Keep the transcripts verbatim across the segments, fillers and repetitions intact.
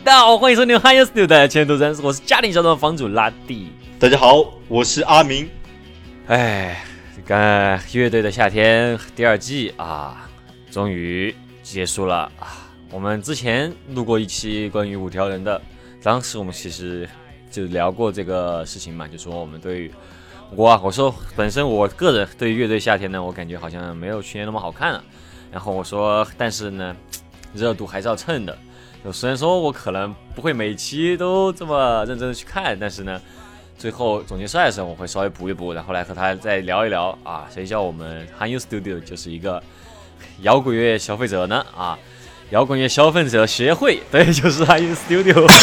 大家好，欢迎收听 Higher Studio 的前途战士，我是家庭小团房主拉蒂。 大家好，我是阿明。 哎，这个乐队的夏天第二季啊，终于结束了啊！我们之前录过一期关于五条人的，当时我们其实就聊过这个事情嘛，就说我们对于我啊，我说本身我个人对于乐队夏天呢，我感觉好像没有去年那么好看了。然后我说，但是呢，热度还是要蹭的。虽然说我可能不会每期都这么认真的去看，但是呢，最后总决赛的时候我会稍微补一补，然后来和他再聊一聊啊。谁叫我们 Higher Studio 就是一个摇滚乐消费者呢？啊，摇滚乐消费者协会，对，就是 Higher Studio 。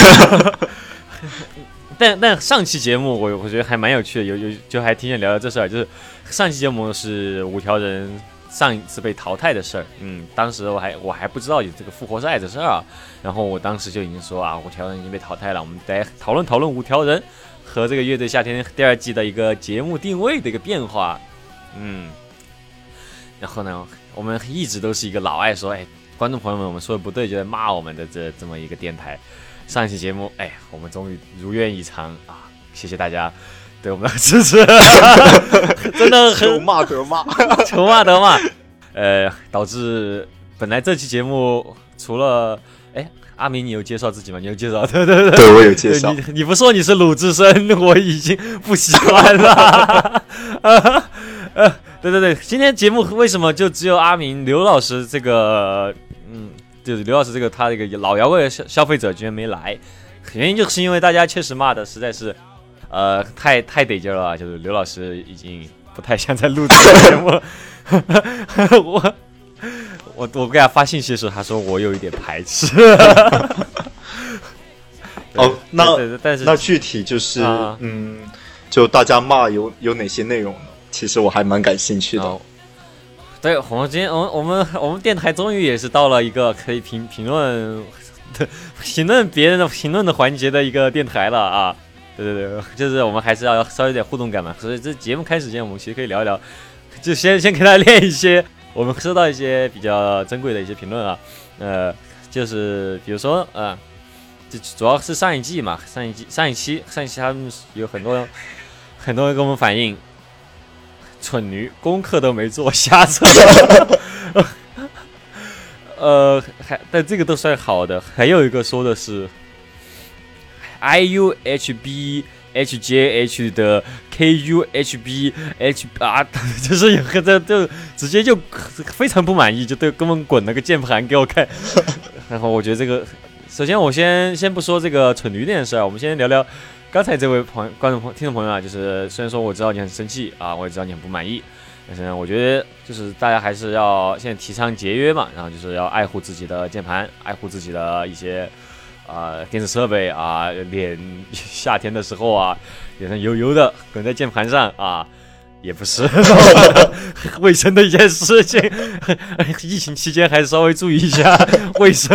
但但上期节目我我觉得还蛮有趣的，有有就还挺想聊聊这事儿，就是上期节目是五条人上一次被淘汰的事儿，嗯，当时我还我还不知道有这个复活赛的事儿啊，然后我当时就已经说啊，五条人已经被淘汰了，我们来讨论讨论五条人和这个乐队夏天第二季的一个节目定位的一个变化，嗯，然后呢，我们一直都是一个老爱说，哎，观众朋友们，我们说的不对就在骂我们的这这么一个电台，上一期节目，哎，我们终于如愿以偿啊，谢谢大家对我们的支持，真的很求骂得骂， 求骂得骂，呃，导致本来这期节目除了哎，阿明，你有介绍自己吗？你有介绍，对对对， 对我有介绍。 你你不说你是鲁智深，我已经不习惯了。呃呃，对对对，今天节目为什么就只有阿明、刘老师这个，嗯，就是刘老师这个他这个老摇滚消消费者居然没来，原因就是因为大家确实骂的实在是。呃，太太得劲了，就是刘老师已经不太像在录这个节目。我我我给他发信息的时候，他说我有一点排斥。 哦，那对对对但是那具体就是、 啊、 嗯，就大家骂有有哪些内容呢？其实我还蛮感兴趣的。哦、 对，我们今天我们我们我们电台终于也是到了一个可以评评论评论别人的评论的环节的一个电台了啊。对对对，就是我们还是要稍微有点互动感嘛，所以这节目开始前，我们其实可以聊一聊，就先先给大家练一些我们收到一些比较珍贵的一些评论啊，呃，就是比如说呃，这主要是上一季嘛，上一季上一期上一期他们有很多很多人跟我们反映，蠢驴功课都没做，瞎扯。呃，还但这个都算好的，还有一个说的是。I U H B H J H 的 K U H B H 啊，就是有个这就直接就非常不满意，就对，根本滚了个键盘给我看。然后我觉得这个，首先我先先不说这个蠢驴这件事儿，我们先聊聊刚才这位朋友观众朋听众朋友啊，就是虽然说我知道你很生气啊，我也知道你很不满意，但是呢，我觉得就是大家还是要现在提倡节约嘛，然后就是要爱护自己的键盘，爱护自己的一些。啊、呃，电子设备啊，脸夏天的时候啊，脸上油油的，滚在键盘上啊，也不是卫生的一件事情。疫情期间还是稍微注意一下卫生。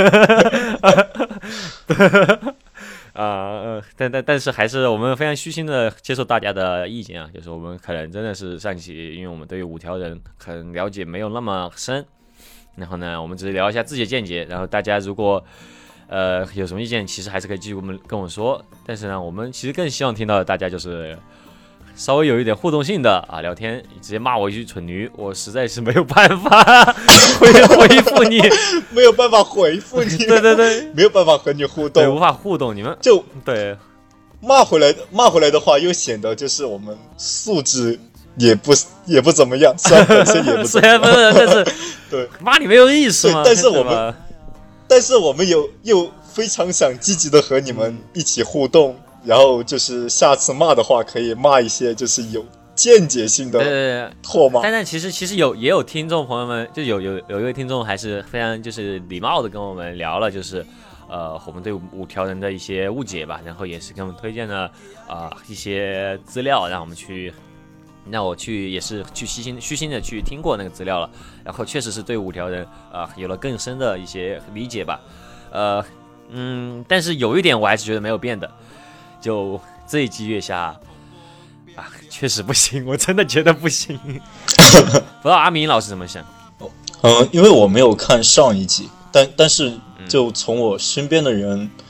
啊、呃，但但但是还是我们非常虚心的接受大家的意见啊，就是我们可能真的是上期，因为我们对于五条人可能了解没有那么深，然后呢，我们只是聊一下自己的见解，然后大家如果。呃，有什么意见，其实还是可以继续跟我们跟我说。但是呢，我们其实更希望听到的大家就是稍微有一点互动性的啊，聊天，直接骂我一句蠢驴，我实在是没有办法回回复你， 没有办法回复你， 对对对， 没有办法和你互动， 对，无法互动，你们就对骂回来，骂回来的话，又显得就是我们素质也不也不怎么样，虽然本身也不怎么样， 虽然不是，但是对骂你没有意思嘛， 但是我们。但是我们有又非常想积极的和你们一起互动，嗯、然后就是下次骂的话可以骂一些就是有见解性的唾骂。 但但其实其实有也有听众朋友们，就有有有一位听众还是非常就是礼貌的跟我们聊了，就是呃我们对五条人的一些误解吧，然后也是给我们推荐了啊、呃、一些资料，让我们去。那我去也是去虚心虚心的去听过那个资料了，然后确实是对五条人啊、呃、有了更深的一些理解吧，呃嗯，但是有一点我还是觉得没有变的，就这一季月下啊确实不行，我真的觉得不行，不知道阿明老师怎么想？ 呃，因为我没有看上一季，但但是就从我身边的人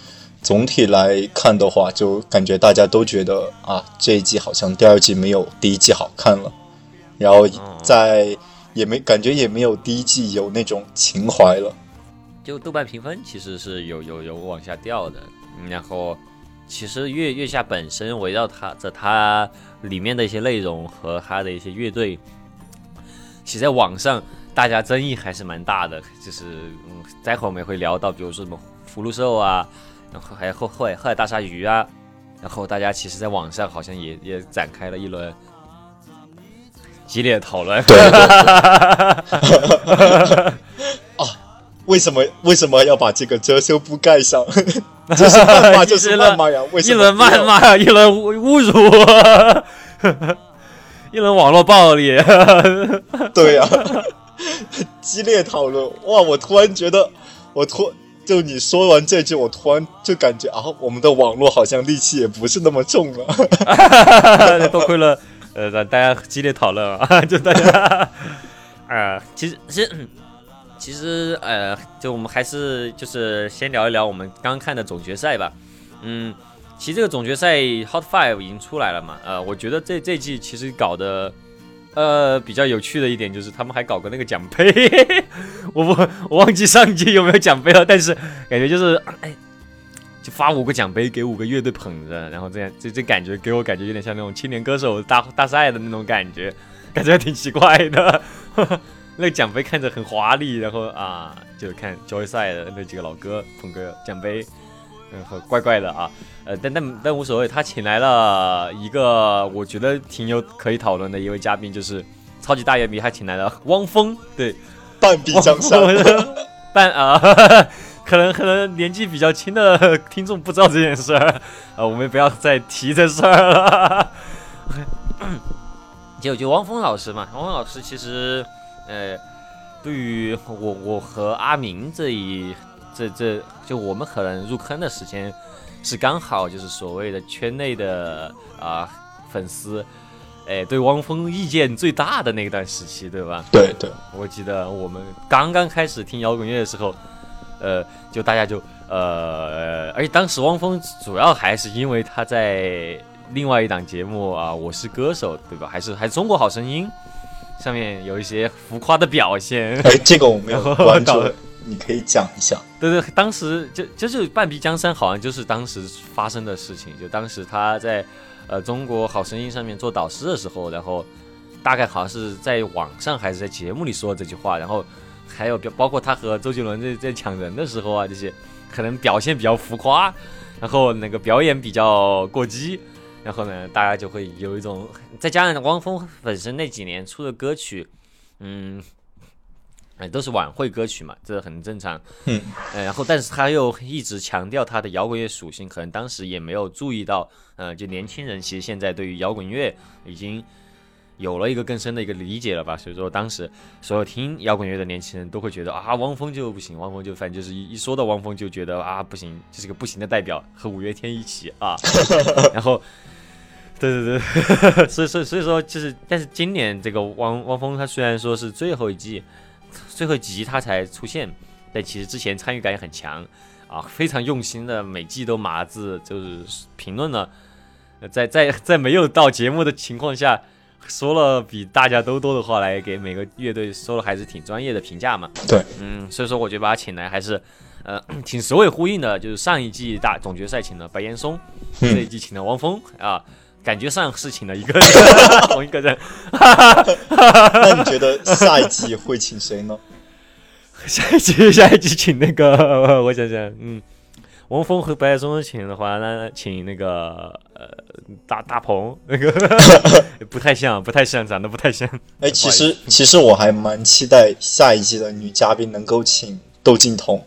总体来看的话，就感觉大家都觉得啊，这一季好像第二季没有第一季好看了，然后在也没感觉也没有第一季有那种情怀了。 就豆瓣评分其实是有有有往下掉的，然后其实月月下本身围绕它着它里面的一些内容和它的一些乐队，其实在网上大家争议还是蛮大的，就是嗯，待会我们也会聊到，比如说什么福禄寿啊，然后还有后后后来大鲨鱼啊，然后大家其实在网上好像也也展开了一轮激烈的讨论。 对对对啊，为什么为什么要把这个遮羞布盖上？就是谩骂就是谩骂呀！为什么一轮谩骂呀，一轮侮辱，一轮网络暴力。 对呀、啊，激烈讨论哇！我突然觉得，我突就你说完这句，我突然就感觉啊，我们的网络好像戾气也不是那么重了。 多亏了呃大家激烈讨论啊，就大家呃，其实其实。其实，呃，就我们还是就是先聊一聊我们刚看的总决赛吧。嗯，其实这个总决赛 Hot Five 已经出来了嘛。呃，我觉得这这季其实搞的，呃，比较有趣的一点就是他们还搞个那个奖杯。我不，我忘记上季有没有奖杯了，但是感觉就是，哎，就发五个奖杯给五个乐队捧着，然后这样，这这感觉给我感觉有点像那种青年歌手大大赛的那种感觉，感觉还挺奇怪的。那个奖杯看着很华丽，然后啊，就看决赛的那几个老哥捧个奖杯，然后怪怪的啊，呃，但但但无所谓，他请来了一个我觉得挺有可以讨论的一位嘉宾，就是超级大乐迷，他请来了汪峰，对， 半壁江山， 半啊，可能可能年纪比较轻的听众不知道这件事儿，啊，我们不要再提这事儿了。就就汪峰老师嘛，汪峰老师其实。呃，对于我我和阿明这一这这就我们可能入坑的时间是刚好就是所谓的圈内的啊、呃、粉丝，哎，对汪峰意见最大的那段时期，对吧？ 对对， 我记得我们刚刚开始听摇滚乐的时候，呃，就大家就呃，而且当时汪峰主要还是因为他在另外一档节目啊，我是歌手，对吧？还是还是中国好声音。上面有一些浮夸的表现， 哎，这个我没有关注，你可以讲一下。 对对，当时就就是半壁江山，好像就是当时发生的事情。就当时他在呃中国好声音上面做导师的时候，然后大概好像是在网上还是在节目里说这句话，然后还有包括他和周杰伦在在抢人的时候啊，这些可能表现比较浮夸，然后那个表演比较过激。然后呢，大家就会有一种，再加上汪峰本身那几年出的歌曲，嗯，哎，都是晚会歌曲嘛，这很正常。 嗯， 呃，然后但是他又一直强调他的摇滚乐属性，可能当时也没有注意到，呃，就年轻人其实现在对于摇滚乐已经有了一个更深的一个理解了吧。所以说，当时所有听摇滚乐的年轻人都会觉得啊，汪峰就不行，汪峰就反正就是一说到汪峰就觉得啊不行，这是个不行的代表，和五月天一起啊，然后。对对对，所以所以所以说就是，但是今年这个汪汪峰他虽然说是最后一季、最后一集他才出现，但其实之前参与感也很强啊，非常用心的每季都码字就是评论了，在在在没有到节目的情况下，说了比大家都多的话来给每个乐队说了还是挺专业的评价嘛。 对， 嗯，所以说我觉得把他请来还是呃挺首尾呼应的，就是上一季大总决赛请了白岩松， 嗯、 这一季请了汪峰啊。感觉上是请了一个人同一个人。 那你觉得下一季会请谁呢？ 下一季下一季请那个，我想想，嗯，汪峰和白岩松请的话，那请那个呃大大鹏，那个不太像，不太像，长得不太像。 哎，其实其实我还蛮期待下一季的女嘉宾能够请窦靖童。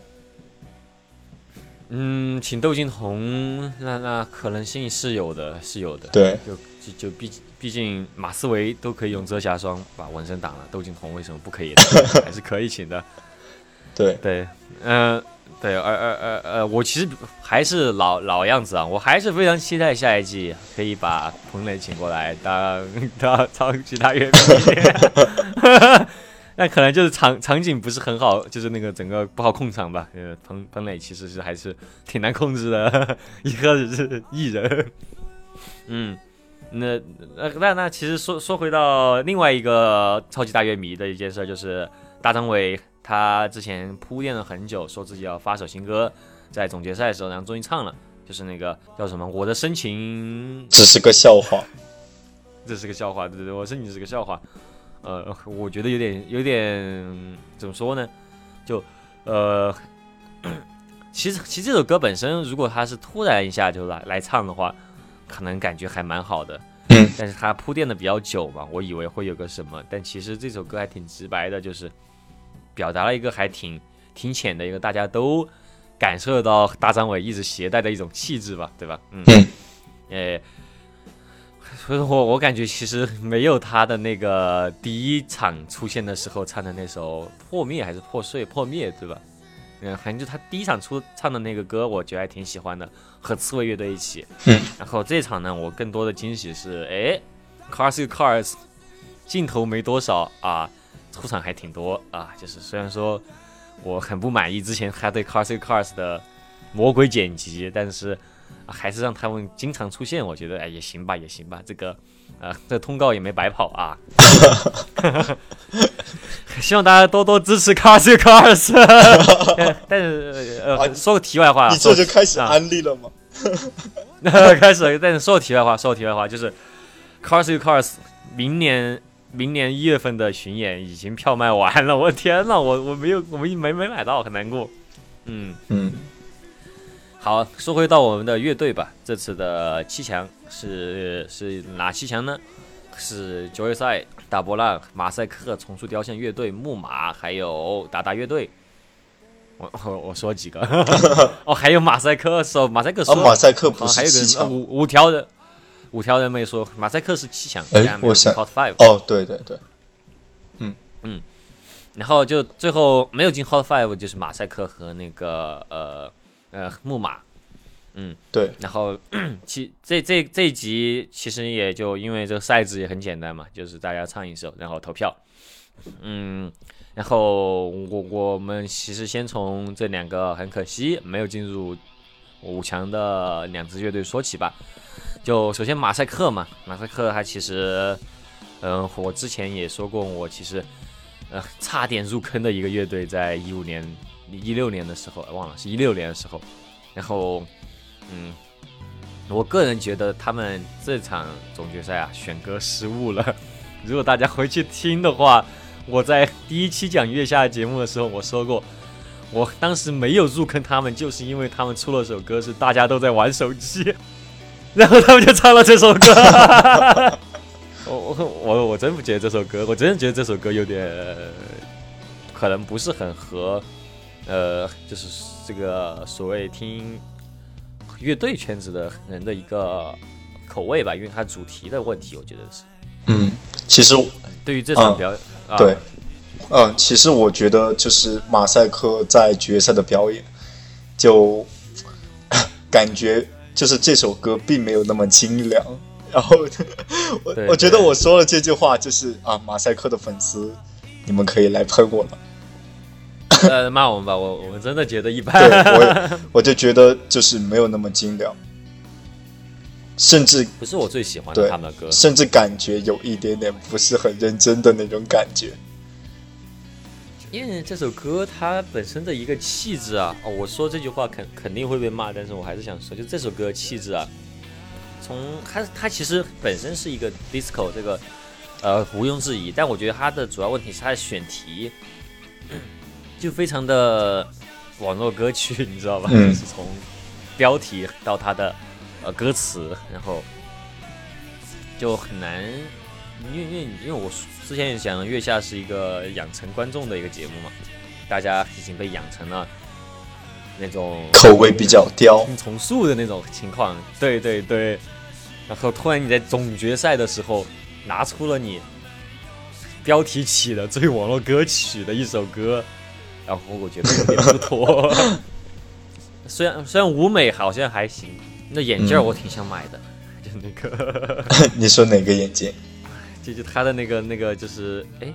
嗯，请窦靖童，那那可能性是有的，是有的。 对， 就就就毕毕竟马思唯都可以用遮瑕霜把纹身挡了，窦靖童为什么不可以？还是可以请的。 对对，嗯、呃，对，呃呃呃呃，我其实还是老老样子啊，我还是非常期待下一季可以把彭磊请过来当当超级大乐迷。 但可能就是场场景不是很好，就是那个整个不好控场吧。呃，彭彭磊其实是还是挺难控制的一个艺人。嗯，那那那其实说说回到另外一个超级大乐迷的一件事，就是大张伟他之前铺垫了很久，说自己要发首新歌，在总决赛的时候，然后终于唱了，就是那个叫什么《我的深情只是个笑话》， 这是个笑话，对对对，我深情只是个笑话。呃，我觉得有点有点怎么说呢？就呃，其实其实这首歌本身，如果他是突然一下就来来唱的话，可能感觉还蛮好的。 嗯， 但是他铺垫的比较久嘛，我以为会有个什么，但其实这首歌还挺直白的，就是表达了一个还挺挺浅的一个大家都感受到大张伟一直携带的一种气质吧，对吧？嗯，呃。所以我我感觉其实没有他的那个第一场出现的时候唱的那首破灭还是破碎破灭对吧？嗯，反正就他第一场出唱的那个歌，我觉得还挺喜欢的，和刺猬乐队一起。 嗯， 然后这场呢，我更多的惊喜是，哎 ，Cars Cars 镜头没多少啊，出场还挺多啊。就是虽然说我很不满意之前他对 Cars Cars 的魔鬼剪辑，但是。还是让他们经常出现，我觉得哎也行吧，也行吧，这个呃这个通告也没白跑啊。希望大家多多支持 Cars Cars。但是呃、啊、说个题外话， 你这就开始安利了吗？ 啊、开始，但是说个题外话，说个题外话，就是 Cars Cars 明年明年一月份的巡演已经票卖完了，我天哪，我我没有我没没没买到，很难过。嗯嗯。 好，说回到我们的乐队吧。这次的七强是是哪七强呢？是九月赛、大波浪、马赛克、重塑雕像乐队、木马，还有达达乐队。我我我说几个？哦，还有马赛克，说马赛克说、 哦，马赛克不是七强， 还有个五五条人，五条人没说，马赛克是七强。 哎，我想 Hot Five。 哦，对对对，嗯嗯，然后就最后没有进 Hot Five， 就是马赛克和那个呃。呃，木马，嗯， 对， 然后其这这这一集其实也就因为这个赛制也很简单嘛，就是大家唱一首，然后投票，嗯，然后我我们其实先从这两个很可惜没有进入五强的两支乐队说起吧。就首先马赛克嘛，马赛克它其实，嗯、呃，我之前也说过，我其实呃差点入坑的一个乐队，在一五年。一六年的时候忘了是一六年的时候，然后嗯，我个人觉得他们这场总决赛啊选歌失误了。如果大家回去听的话，我在第一期讲月下节目的时候我说过，我当时没有入坑他们，就是因为他们出了首歌是大家都在玩手机，然后他们就唱了这首歌。我我我我真不觉得这首歌，我真的觉得这首歌有点可能不是很合。呃，就是这个所谓听乐队圈子的人的一个口味吧，因为它主题的问题，我觉得是。 嗯，其实对于这场表演、 嗯啊，对，嗯，其实我觉得就是马赛克在决赛的表演，就感觉就是这首歌并没有那么精良。然后我我觉得我说了这句话，就是啊，马赛克的粉丝，你们可以来喷我了。 呃，骂我们吧，我我们真的觉得一般。 对，我我就觉得就是没有那么精良，甚至不是我最喜欢的他们的歌， 甚至感觉有一点点不是很认真的那种感觉。 因为这首歌它本身的一个气质啊，哦，我说这句话肯肯定会被骂，但是我还是想说，就这首歌气质啊，从它它其实本身是一个 disco， 这个呃毋庸置疑，但我觉得它的主要问题是它的选题。就非常的网络歌曲，你知道吧？ 嗯、 就是从标题到它的呃歌词，然后就很难，因为因为因为我之前也讲了，月下是一个养成观众的一个节目嘛，大家已经被养成了那种口味比较刁、 听重塑的那种情况。对对对，然后突然你在总决赛的时候拿出了你标题起的最网络歌曲的一首歌。然后我觉得有点不妥，虽然虽然舞美好像还行，那眼镜我挺想买的，嗯、就那个你说哪个眼镜？ 就就他的那个那个就是哎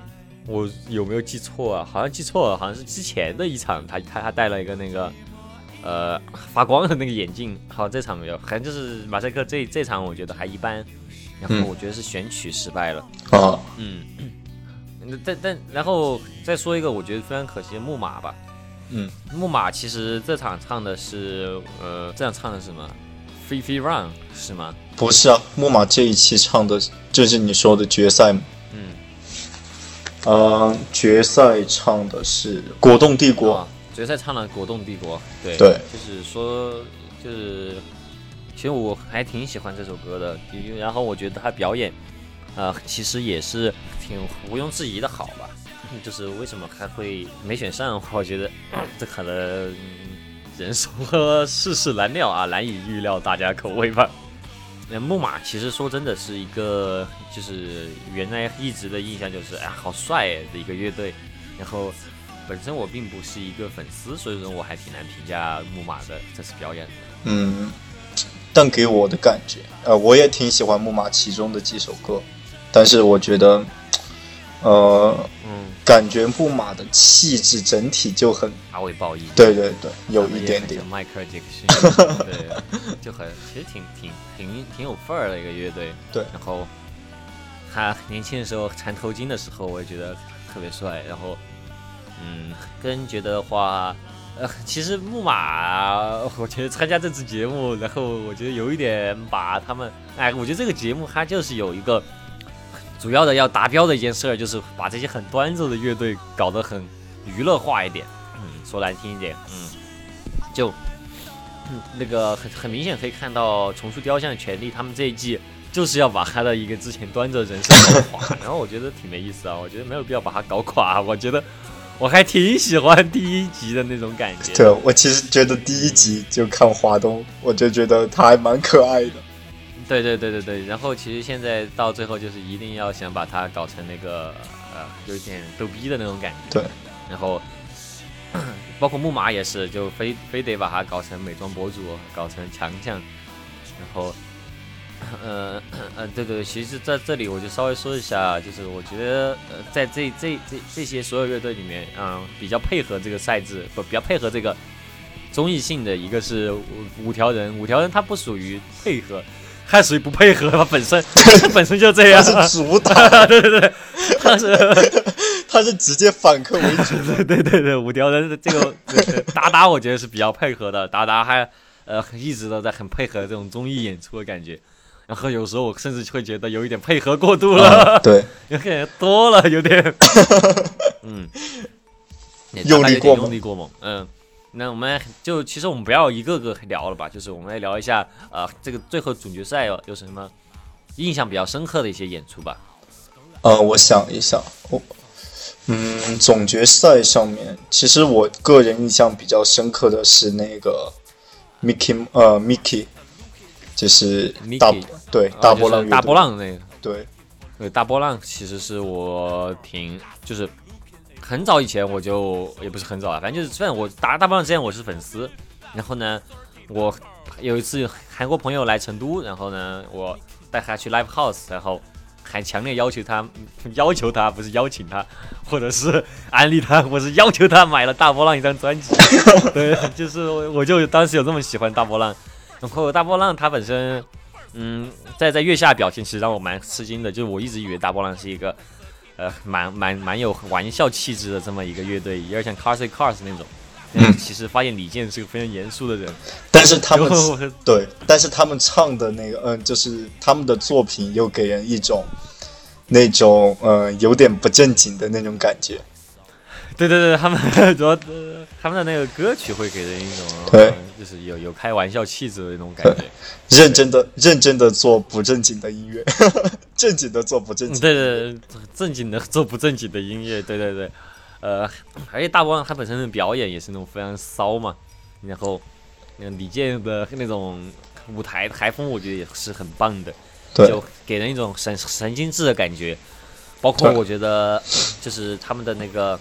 我有没有记错啊？好像记错了，好像是之前的一场，他他他戴了一个那个呃发光的那个眼镜。好，这场没有，反正就是马赛克这这场我觉得还一般。然后我觉得是选曲失败了。 啊， 嗯，但但然后再说一个我觉得非常可惜的木马吧。 嗯， 木马其实这场唱的是呃，这场唱的是什么 ？Free Free Run 是吗？ 不是啊，木马这一期唱的就是你说的决赛。 嗯， 呃，决赛唱的是《果冻帝国》 哦。决赛唱了《果冻帝国》，对， 对， 就是说，就是其实我还挺喜欢这首歌的，然后我觉得他表演，呃，其实也是挺毋庸置疑的好吧。就是为什么他会没选上？我觉得这可能、嗯、人说世事难料啊，难以预料大家口味吧。那木马其实说真的是一个，就是原来一直的印象就是哎好帅的一个乐队，然后本身我并不是一个粉丝，所以说我还挺难评价木马的这次表演的。 嗯，但给我的感觉，呃，我也挺喜欢木马其中的几首歌，但是我觉得，呃， 嗯， 感觉木马的气质整体就很阿伟暴力， 对对对，有一点点迈克尔杰克逊，对，就很其实挺挺挺挺有范儿的一个乐队。 对， 然后他年轻的时候缠头巾的时候，我也觉得特别帅。然后，嗯，个人觉得的话，呃，其实木马，我觉得参加这次节目，然后我觉得有一点把他们，哎，我觉得这个节目它就是有一个。主要的要达标的一件事就是把这些很端着的乐队搞得很娱乐化一点，嗯，说难听一点，嗯，就、嗯、那个很很明显可以看到重塑雕像的权利，他们这一季就是要把他的一个之前端着人设搞垮，然后我觉得挺没意思啊，我觉得没有必要把它搞垮，我觉得我还挺喜欢第一集的那种感觉。 对，我其实觉得第一集就看华东，我就觉得他还蛮可爱的。 对对对对对，然后其实现在到最后就是一定要想把它搞成那个呃有点逗逼的那种感觉。 对， 然后包括木马也是，就非非得把它搞成美妆博主，搞成强强。然后呃呃对对，其实在这里我就稍微说一下，就是我觉得呃在这这这这些所有乐队里面，嗯，比较配合这个赛制，不比较配合这个综艺性的一个是五条人，五条人它不属于配合。他属于不配合，他本身他本身就这样， 他是主打， 对对对，他是他是直接反客为主， 对对对对，五条人这个达达我觉得是比较配合的，达达还呃一直都在很配合这种综艺演出的感觉，然后有时候我甚至会觉得有一点配合过度了， 嗯、对， 有点多了，有点，嗯， 用力过猛， 用力过猛，嗯。那我们就其实我们不要一个个聊了吧，就是我们来聊一下，呃，这个最后总决赛有什么印象比较深刻的一些演出吧。 呃，我想一想，我，嗯，总决赛上面，其实我个人印象比较深刻的是那个 Mickey， 呃 Mickey， 就是大 Mickey， 对、 呃、 大波浪、 就是、大波浪那个， 对， 对大波浪其实是我挺就是。很早以前我就也不是很早啊，反正就是虽然我打大波浪之前我是粉丝，然后呢，我有一次韩国朋友来成都，然后呢，我带他去 live house， 然后还强烈要求他，要求他不是邀请他，或者是安利他，我是要求他买了大波浪一张专辑，对，就是我就当时有这么喜欢大波浪，然后大波浪他本身，嗯，在在月下表现其实让我蛮吃惊的，就是我一直以为大波浪是一个。呃，蛮蛮蛮有玩笑气质的这么一个乐队，有点像 Cars Cars 那种。嗯，其实发现李健是个非常严肃的人， 但是他们对，但是他们唱的那个，嗯、呃，就是他们的作品又给人一种那种呃有点不正经的那种感觉。 对对对，他们主要、呃、他们的那个歌曲会给人一种对、 呃，就是有有开玩笑气质的那种感觉。 认真的认真的做不正经的音乐，正经的做不正经。 对对对，正经的做不正经的音乐，对对对。呃，而且大波浪他本身的表演也是那种非常骚嘛，然后那李健的那种舞台台风，我觉得也是很棒的，就给人一种神神经质的感觉。包括我觉得就是他们的那个。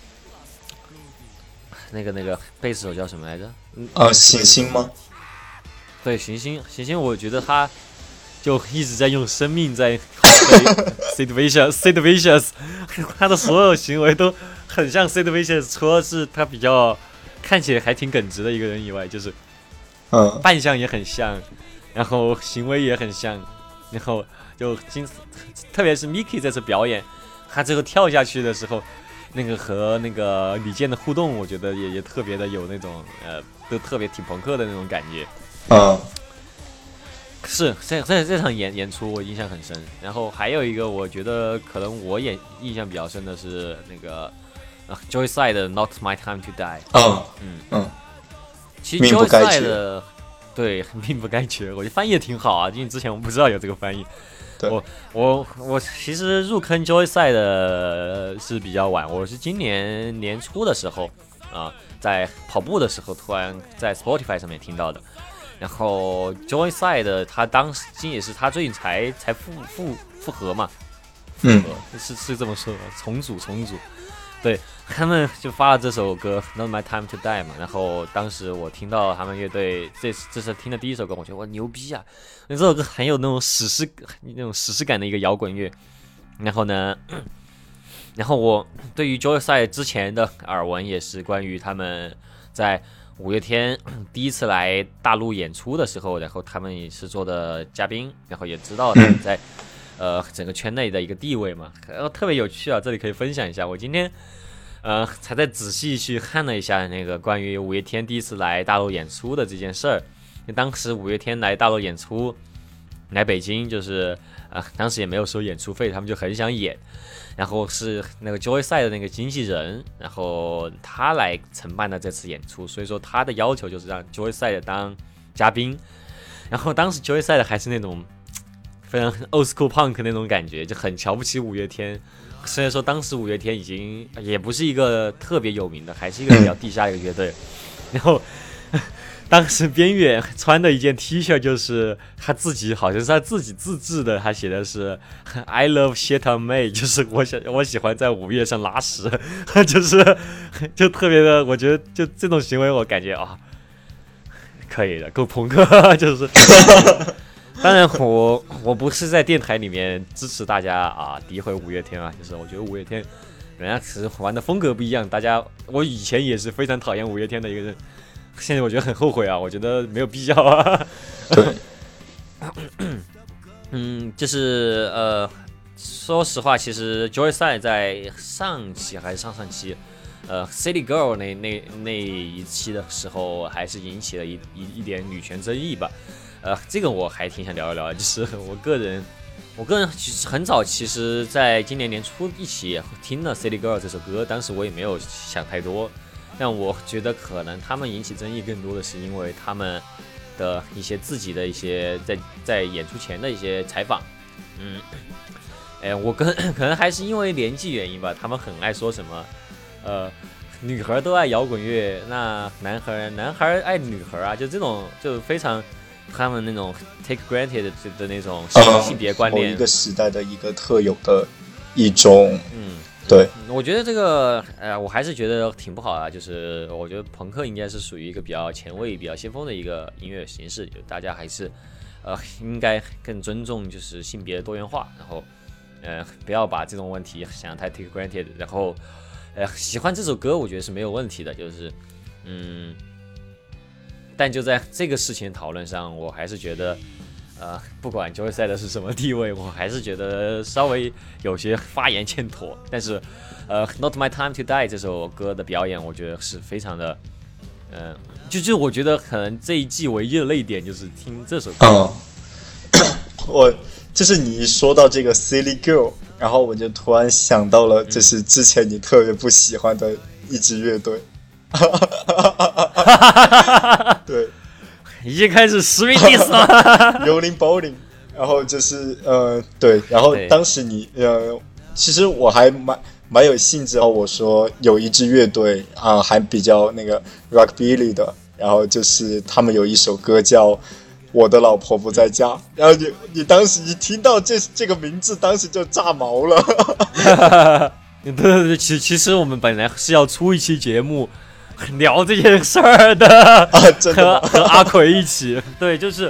那个那个贝斯手叫什么来着？ 呃，行星吗？ 对，行星，行星，我觉得他就一直在用生命在 Sid Vicious Sid Vicious， 他的所有行为都很像 Sid Vicious， 除了是他比较看起来还挺耿直的一个人以外，就是嗯， 扮相也很像，然后行为也很像，然后就经特别是 Miki 这次表演，他最后跳下去的时候，那个和那个李健的互动，我觉得也也特别的有那种呃，都特别挺朋克的那种感觉。 嗯， 是这这这场演演出我印象很深。然后还有一个我觉得可能我也印象比较深的是那个、呃、Joyside 的 Not My Time to Die。 嗯嗯嗯， 其实 Joyside 的对命不该绝，我觉得翻译也挺好啊，因为之前我不知道有这个翻译。我我我其实入坑 Joyside 的是比较晚，我是今年年初的时候啊、呃，在跑步的时候突然在 Spotify 上面听到的。然后 Joyside 他当时也是他最近才才复复复合嘛，复合、嗯、是是这么说的，重组重组。对，他们就发了这首歌 Not My Time to Die 嘛，然后当时我听到他们乐队这这是听的第一首歌，我觉得哇牛逼啊！那这首歌很有那种史诗那种史诗感的一个摇滚乐。然后呢，然后我对于 Joyside 之前的耳闻也是关于他们在五月天第一次来大陆演出的时候，然后他们也是做的嘉宾，然后也知道他们在呃整个圈内的一个地位嘛，然后特别有趣啊，这里可以分享一下。我今天呃才在仔细去看了一下那个关于五月天第一次来大陆演出的这件事儿。当时五月天来大陆演出，来北京就是呃当时也没有收演出费，他们就很想演。然后是那个 Joyside 的那个经纪人，然后他来承办的这次演出，所以说他的要求就是让 Joyside 当嘉宾。然后当时 Joyside 还是那种非常 old school punk 那种感觉，就很瞧不起五月天。虽然说当时五月天已经也不是一个特别有名的，还是一个比较地下的一个乐队。然后当时边远穿的一件 T 恤就是他自己，好像是他自己自制的，他写的是 I love shit on May， 就是我想我喜欢在五月上拉屎，就是就特别的，我觉得就这种行为我感觉啊，可以的，够朋克，就是。当然我我不是在电台里面支持大家啊诋毁五月天啊，就是我觉得五月天人家只是玩的风格不一样，大家我以前也是非常讨厌五月天的一个人。现在我觉得很后悔啊，我觉得没有必要啊。 对， 嗯，就是呃，说实话，其实 Joyside 在上期还是上上期，呃 ，City Girl 那那那一期的时候，还是引起了一一一点女权争议吧。呃，这个我还挺想聊一聊，就是我个人，我个人其实很早，其实在今年年初一起听了 City Girl 这首歌，当时我也没有想太多。但我觉得可能他们引起争议更多的是因为他们的一些自己的一些在在演出前的一些采访，嗯，哎，我跟可能还是因为年纪原因吧，他们很爱说什么，呃，女孩都爱摇滚乐，那男孩男孩爱女孩啊，就这种就非常他们那种 take granted 的, 的那种性别观念， 某一个时代的一个特有的一种， 嗯。 对， 我觉得这个，呃，我还是觉得挺不好的。就是我觉得朋克应该是属于一个比较前卫、比较先锋的一个音乐形式，就大家还是，呃，应该更尊重就是性别多元化，然后，呃，不要把这种问题想得太 take granted。然后，呃，喜欢这首歌，我觉得是没有问题的，就是，嗯，但就在这个事情讨论上，我还是觉得。呃，不管 Joyside 是什么地位，我还是觉得稍微有些发言欠妥。但是，呃 ，Not My Time to Die 这首歌的表演，我觉得是非常的，嗯、呃，就就我觉得可能这一季唯一的泪点就是听这首歌。 嗯，我就是你一说到这个 Silly Girl， 然后我就突然想到了，就是之前你特别不喜欢的一支乐队。对。 已经开始实名 diss 了。 幽灵 bowling， 然后就是呃对，然后当时你呃，其实我还蛮蛮有兴致，然后我说有一支乐队啊、呃，还比较那个 rockabilly 的，然后就是他们有一首歌叫《我的老婆不在家》，然后你你当时一听到这这个名字，当时就炸毛了。 对对对，其其实我们本来是要出一期节目。聊这件事儿的， 啊、真的和和阿奎一起，对，就是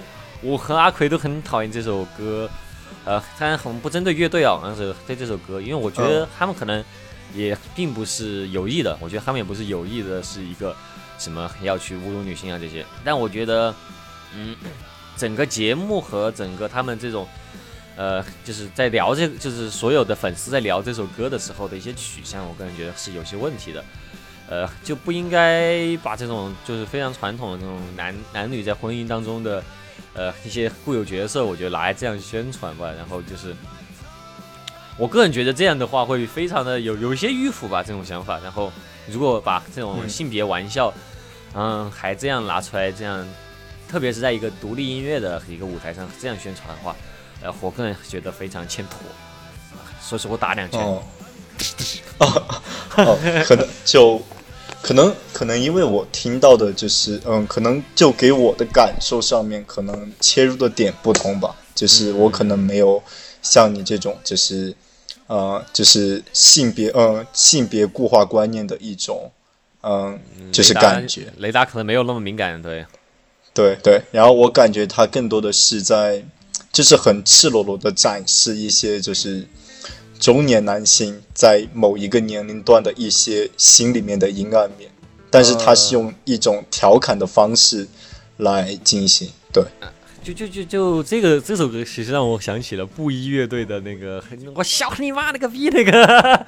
我和阿奎都很讨厌这首歌，呃，当然我们不针对乐队啊，而是对这首歌，因为我觉得他们可能也并不是有意的，我觉得他们也不是有意的，是一个什么要去侮辱女性啊这些。但我觉得，嗯，整个节目和整个他们这种，呃，就是在聊这，就是所有的粉丝在聊这首歌的时候的一些取向，我个人觉得是有些问题的。呃，就不应该把这种就是非常传统的这种男男女在婚姻当中的呃一些固有角色，我觉得拿来这样宣传吧。然后就是，我个人觉得这样的话会非常的有有一些迂腐吧，这种想法。然后如果把这种性别玩笑，嗯，还这样拿出来，这样，特别是在一个独立音乐的一个舞台上这样宣传的话，呃，我个人觉得非常欠妥。所以说我打两拳。 哦哦哦，可能就可能可能因为我听到的就是嗯，可能就给我的感受上面可能切入的点不同吧，就是我可能没有像你这种就是呃就是性别嗯性别固化观念的一种嗯就是感觉， 雷达可能没有那么敏感，对对对，然后我感觉它更多的是在就是很赤裸裸的展示一些就是中年男性在某一个年龄段的一些心里面的阴暗面，但是他是用一种调侃的方式来进行。对， 就就就就这个这首歌，其实让我想起了布衣乐队的那个“我笑你妈了个逼”那个。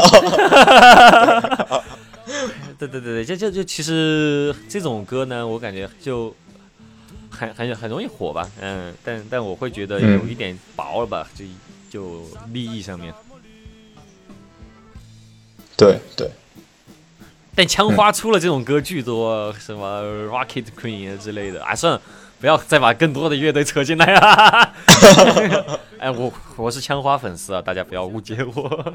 对对对对，就就就其实这种歌呢，我感觉就很很很容易火吧，嗯，但但我会觉得有一点薄了吧，就。就利益上面， 对对， 但枪花出了这种歌巨多，什么 Rocket Queen 之类的，啊，算了，不要再把更多的乐队扯进来啊！哎，我我是枪花粉丝啊，大家不要误解我。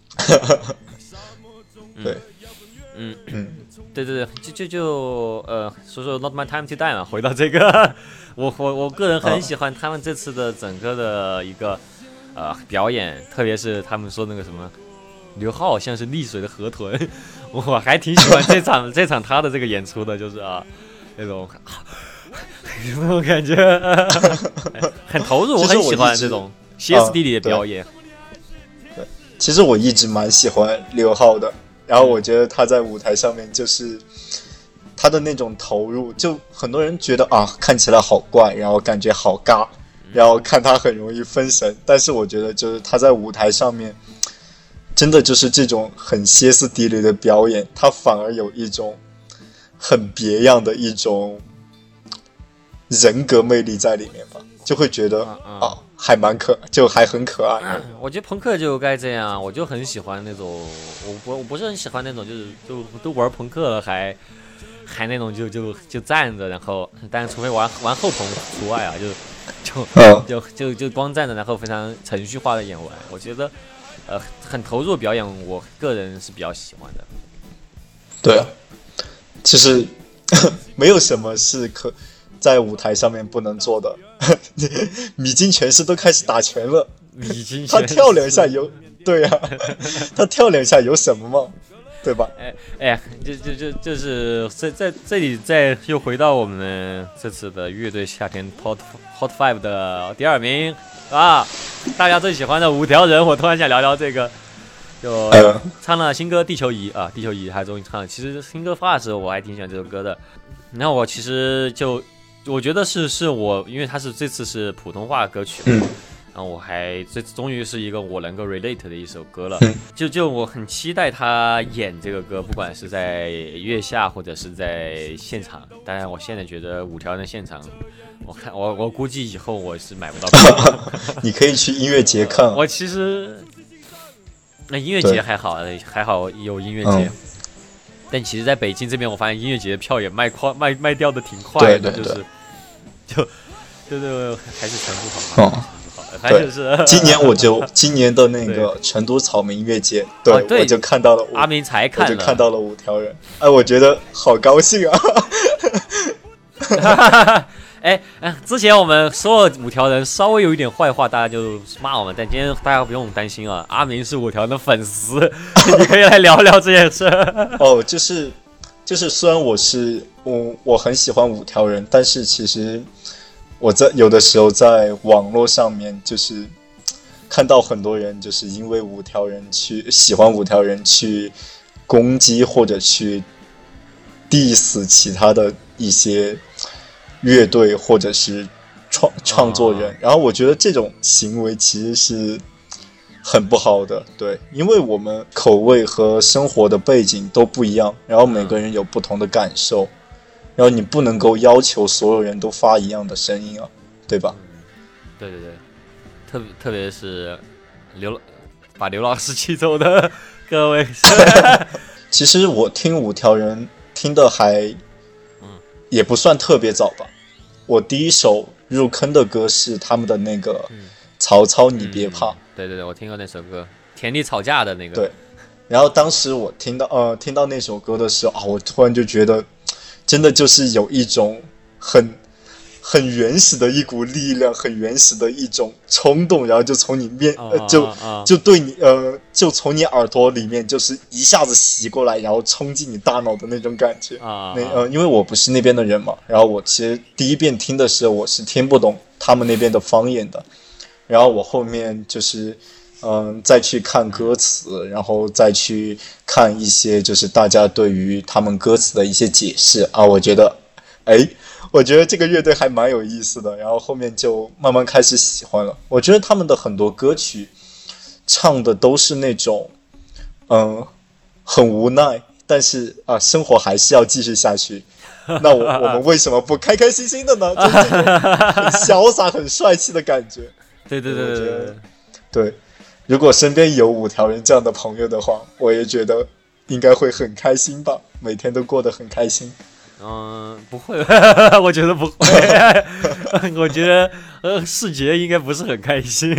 对， 嗯嗯，对对对，就就就呃，说说 Not My Time to Die 嘛，回到这个，我我我个人很喜欢他们这次的整个的一个。呃，表演，特别是他们说那个什么，刘浩像是溺水的河豚，我还挺喜欢这场这场他的这个演出的，就是啊，那种那种感觉，呃、很投入，我很喜欢这种歇斯底里的表演。 对，其实我一直蛮喜欢刘浩的，然后我觉得他在舞台上面就是他的那种投入，就很多人觉得啊，看起来好怪，然后感觉好尬。然后看他很容易分神，但是我觉得就是他在舞台上面真的就是这种很歇斯底里的表演，他反而有一种很别样的一种人格魅力在里面吧，就会觉得、嗯嗯、啊还蛮可就还很可爱、嗯、 我觉得朋克就该这样，我就很喜欢那种我不我不是很喜欢那种就是就都玩朋克了还还那种就就就站着，然后但除非玩玩后朋除外啊，就就就就就光站着，然后非常程序化的演完，我觉得，呃，很投入的表演，我个人是比较喜欢的。 对啊，其实没有什么是可在舞台上面不能做的。米津玄师都开始打拳了， 米津玄师他跳两下有，对啊，他跳两下有什么吗？对吧？ 哎哎，就就就就是在在这里再又回到我们这次的乐队夏天 Hot Hot Five 的第二名啊，大家最喜欢的五条人，我突然想聊聊这个，就唱了新歌《地球仪》啊，《地球仪》他终于唱了。其实新歌发的时候我还挺喜欢这首歌的，然后我其实就我觉得是是我，因为它是这次是普通话歌曲。嗯然后我还这终于是一个我能够 relate 的一首歌了，就就我很期待他演这个歌，不管是在月下或者是在现场。当然，我现在觉得五条人的现场，我看我我估计以后我是买不到票。 你可以去音乐节看。 我其实那音乐节还好，还好有音乐节。嗯、但其实在北京这边，我发现音乐节的票也卖快卖卖掉的挺快的， 对对对就是就对对，还是成都好。哦对，今年我就今年的那个成都草莓音乐节，对、哦、对我就看到了阿明才看了， 我就看到了五条人，哎，我觉得好高兴啊！ 哎哎，之前我们说了五条人稍微有一点坏话，大家就骂我们，但今天大家不用担心啊，阿明是五条人的粉丝，你可以来聊聊这件事。 哦，就是就是，虽然我是我我很喜欢五条人，但是其实。 我在有的时候在网络上面就是看到很多人就是因为五条人去喜欢五条人去攻击或者去 diss 其他的一些乐队或者是创创作人，然后我觉得这种行为其实是很不好的，对，因为我们口味和生活的背景都不一样，然后每个人有不同的感受，然后你不能够要求所有人都发一样的声音啊，对吧？ 对对对，特别特别是刘把刘老师气走的各位。 其实我听五条人听的还也不算特别早吧，我第一首入坑的歌是他们的那个曹操你别怕、嗯、 对对对，我听过那首歌，田里吵架的那个。 对，然后当时我听到呃听到那首歌的时候啊，我突然就觉得真的就是有一种很很原始的一股力量，很原始的一种冲动，然后就从你面、呃、就就对你呃就从你耳朵里面就是一下子袭过来，然后冲进你大脑的那种感觉啊。那呃因为我不是那边的人嘛，然后我其实第一遍听的时候我是听不懂他们那边的方言的，然后我后面就是嗯、呃、再去看歌词，然后再去看一些就是大家对于他们歌词的一些解释啊，我觉得哎。我觉得这个乐队还蛮有意思的，然后后面就慢慢开始喜欢了。我觉得他们的很多歌曲唱的都是那种嗯很无奈，但是啊生活还是要继续下去，那我我们为什么不开开心心的呢？就是这种很潇洒很帅气的感觉。 对对对对对对，如果身边有五条人这样的朋友的话，我也觉得应该会很开心吧，每天都过得很开心。 嗯，不会，我觉得不会。我觉得呃，世杰应该不是很开心。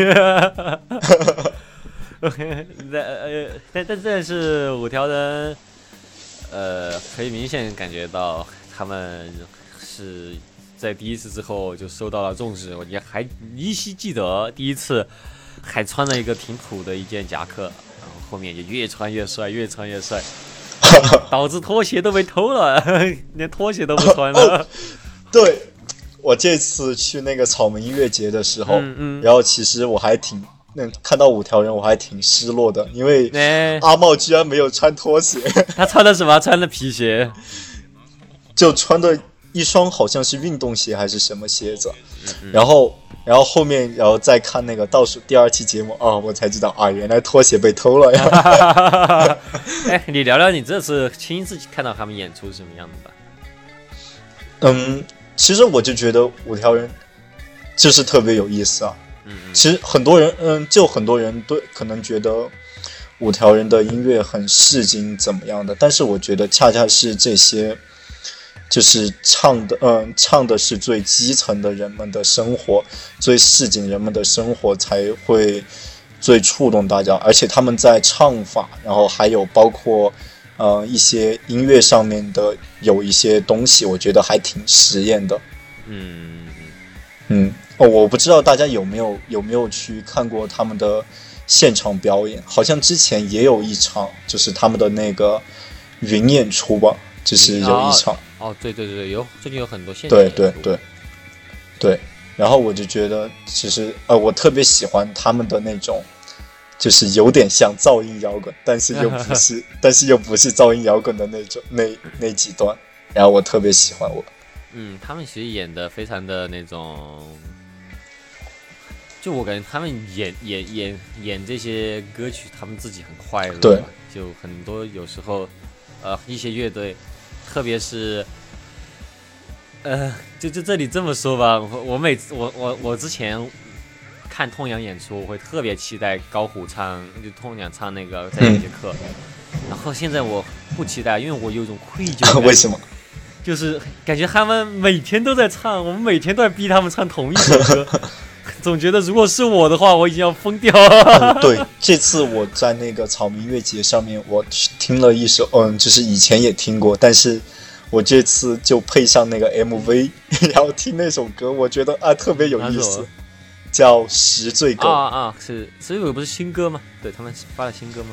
呃，但但但是五条人，呃，可以明显感觉到他们是在第一次之后就受到了重视。我也还依稀记得第一次还穿了一个挺土的一件夹克，然后后面就越穿越帅，越穿越帅。导致拖鞋都被偷了，连拖鞋都不穿了。哦、 对，我这次去那个草莓音乐节的时候，嗯嗯、然后其实我还挺，那看到五条人我还挺失落的，因为阿茂居然没有穿拖鞋。 他穿的什么？穿的皮鞋， 就穿的一双好像是运动鞋还是什么鞋子，嗯嗯、然后。然后后面，然后再看那个倒数第二期节目啊，我才知道啊，原来拖鞋被偷了呀。 哎，你聊聊你这次亲自看到他们演出是什么样的吧？ 嗯，其实我就觉得五条人就是特别有意思啊。嗯，其实很多人，嗯，就很多人对可能觉得五条人的音乐很市井怎么样的，但是我觉得恰恰是这些。就是唱的，嗯，唱的是最基层的人们的生活，最市井人们的生活才会最触动大家，而且他们在唱法，然后还有包括，呃，一些音乐上面的有一些东西，我觉得还挺实验的。嗯嗯，哦，我不知道大家有没有有没有去看过他们的现场表演，好像之前也有一场，就是他们的那个云演出吧。就是有一场哦, 哦，对对对，有最近有很多现场演出， 对对对对，然后我就觉得，其实呃，我特别喜欢他们的那种，就是有点像噪音摇滚，但是又不是，但是又不是噪音摇滚的那种那那几段，然后我特别喜欢我。 嗯，他们其实演的非常的那种，就我感觉他们演演演演这些歌曲，他们自己很快乐， 对， 就很多有时候，呃，一些乐队。特别是，呃，就就这里这么说吧，我我每次我我我之前看痛仰演出，我会特别期待高虎唱，就痛仰唱那个在有节课，嗯、然后现在我不期待，因为我有种愧疚感。 为什么？ 就是感觉他们每天都在唱，我们每天都在逼他们唱同一首歌，总觉得如果是我的话，我已经要疯掉了。 嗯、对，这次我在那个草莓音乐节上面，我听了一首，嗯，就是以前也听过，但是我这次就配上那个 M V， 然后听那首歌，我觉得啊特别有意思，叫《十罪狗》 啊啊，是十罪狗不是新歌吗？对，他们发了新歌吗？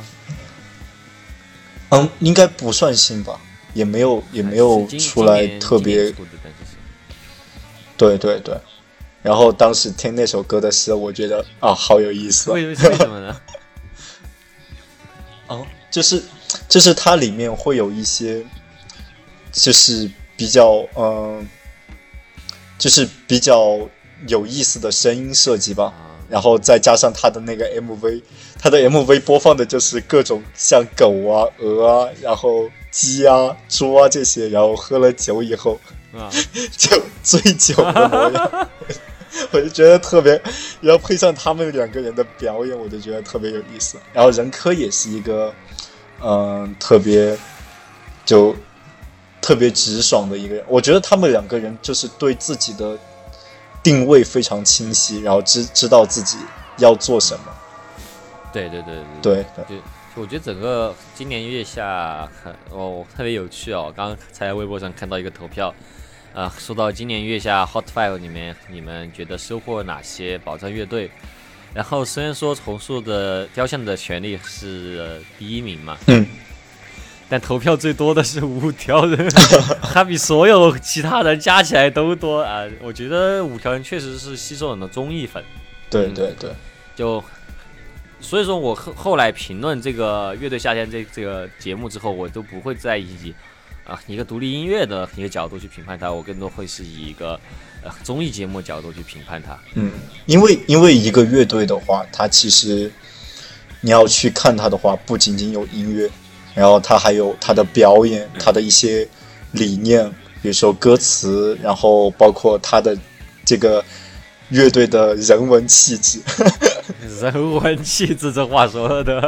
嗯，应该不算新吧，也没有也没有出来特别。对对对。 然后当时听那首歌的时候，我觉得啊，好有意思。 为为什么呢？ 哦，就是就是它里面会有一些，就是比较嗯、呃，就是比较有意思的声音设计吧。然后再加上它的那个 M V， 它的 M V 播放的就是各种像狗啊、鹅啊，然后鸡啊、猪啊这些，然后喝了酒以后，啊、就醉酒的模样，我就觉得特别，然后配上他们两个人的表演，我就觉得特别有意思。然后任科也是一个，嗯、呃，特别就特别直爽的一个人。我觉得他们两个人就是对自己的定位非常清晰，然后知知道自己要做什么。 对对对对对对，就我觉得整个今年月下很哦特别有趣哦。刚刚才在微博上看到一个投票，呃，说到今年月下 Hot Five 里面，你们觉得收获哪些宝藏乐队？然后虽然说重塑的雕像的权利是、呃、第一名嘛， 嗯。 但投票最多的是五条人，他比所有其他人加起来都多啊！我觉得五条人确实是吸收人的综艺粉， 对对对， 嗯、就所以说我后后来评论这个乐队夏天这这个节目之后，我都不会再以啊一个独立音乐的一个角度去评判它，我更多会是以一个呃综艺节目角度去评判它。 嗯，因为因为一个乐队的话，它其实你要去看它的话，不仅仅有音乐。然后他还有他的表演，他的一些理念，比如说歌词，然后包括他的这个乐队的人文气质。 人文气质这话说的，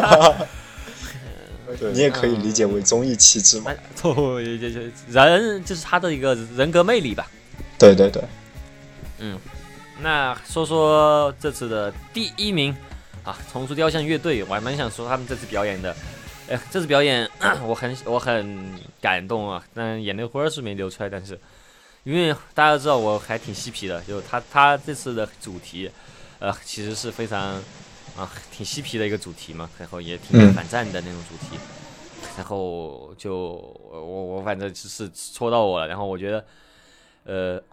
对，你也可以理解为综艺气质嘛。 人就是他的一个人格魅力吧。 对对对， 嗯，那说说这次的第一名啊，重塑雕像乐队，我还蛮想说他们这次表演的。哎，这次表演我很我很感动啊，但眼泪花是没流出来，但是因为大家都知道我还挺嬉皮的，就他他这次的主题，呃，其实是非常啊挺嬉皮的一个主题嘛，然后也挺反战的那种主题，嗯、然后就我我反正就是戳到我了，然后我觉得呃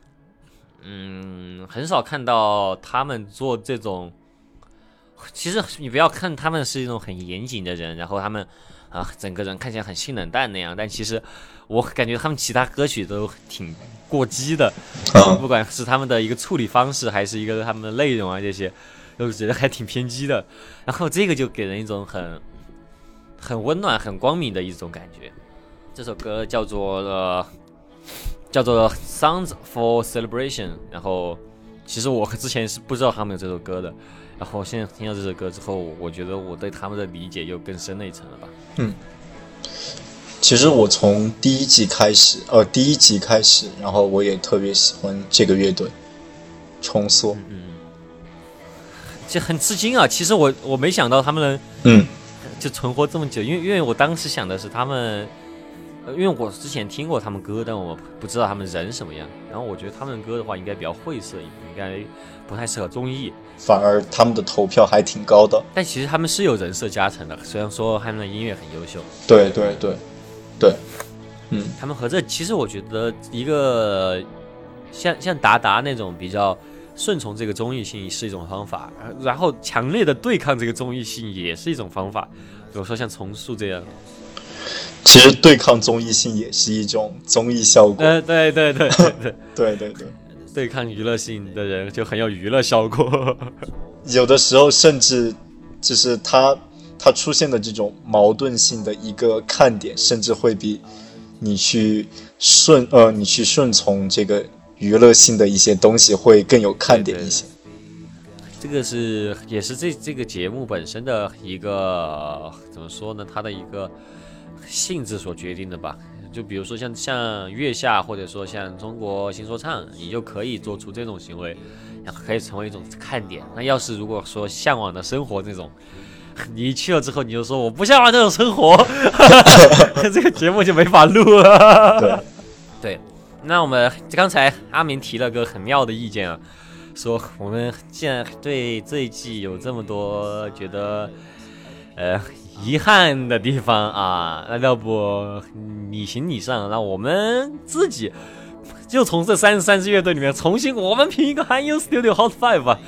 嗯很少看到他们做这种。其实你不要看他们是一种很严谨的人，然后他们啊整个人看起来很性冷淡那样，但其实我感觉他们其他歌曲都挺过激的，不管是他们的一个处理方式，还是一个他们的内容啊这些，都觉得还挺偏激的。然后这个就给人一种很很温暖、很光明的一种感觉。这首歌叫做了叫做 Sounds for Celebration， 然后其实我之前是不知道他们有这首歌的。然后现在听到这首歌之后，我觉得我对他们的理解又更深了一层了吧。 嗯，其实我从第一季开始，呃，第一集开始，然后我也特别喜欢这个乐队，重塑。 嗯，嗯就很吃惊啊！其实我我没想到他们能， 嗯， 就存活这么久，因为因为我当时想的是他们，因为我之前听过他们歌，但我不知道他们人什么样。然后我觉得他们的歌的话，应该比较晦涩，应该不太适合综艺。 反而他们的投票还挺高的， 但其实他们是有人设加成的，虽然说他们的音乐很优秀。 对对对对，嗯， 他们和这其实我觉得一个像像达达那种比较顺从这个综艺性是一种方法，然后强烈的对抗这个综艺性也是一种方法。比如说像重塑这样， 其实对抗综艺性也是一种综艺效果。 呃，对对对对对对对对。 对抗娱乐性的人就很有娱乐效果， 有的时候甚至就是他他出现的这种矛盾性的一个看点，甚至会比你去顺呃你去顺从这个娱乐性的一些东西会更有看点一些。 这个是也是这这个节目本身的一个怎么说呢？它的一个性质所决定的吧。就比如说像像月下，或者说像中国新说唱，你就可以做出这种行为，然后可以成为一种看点。那要是如果说向往的生活这种，你去了之后你就说我不向往这种生活，这个节目就没法录了。 对对，那我们刚才阿明提了个很妙的意见啊，说我们既然对这一季有这么多觉得呃遗憾的地方啊，那要不你行你上，让我们自己就从这三十三支乐队里面重新我们评一个韩流 Studio Hot Five 吧。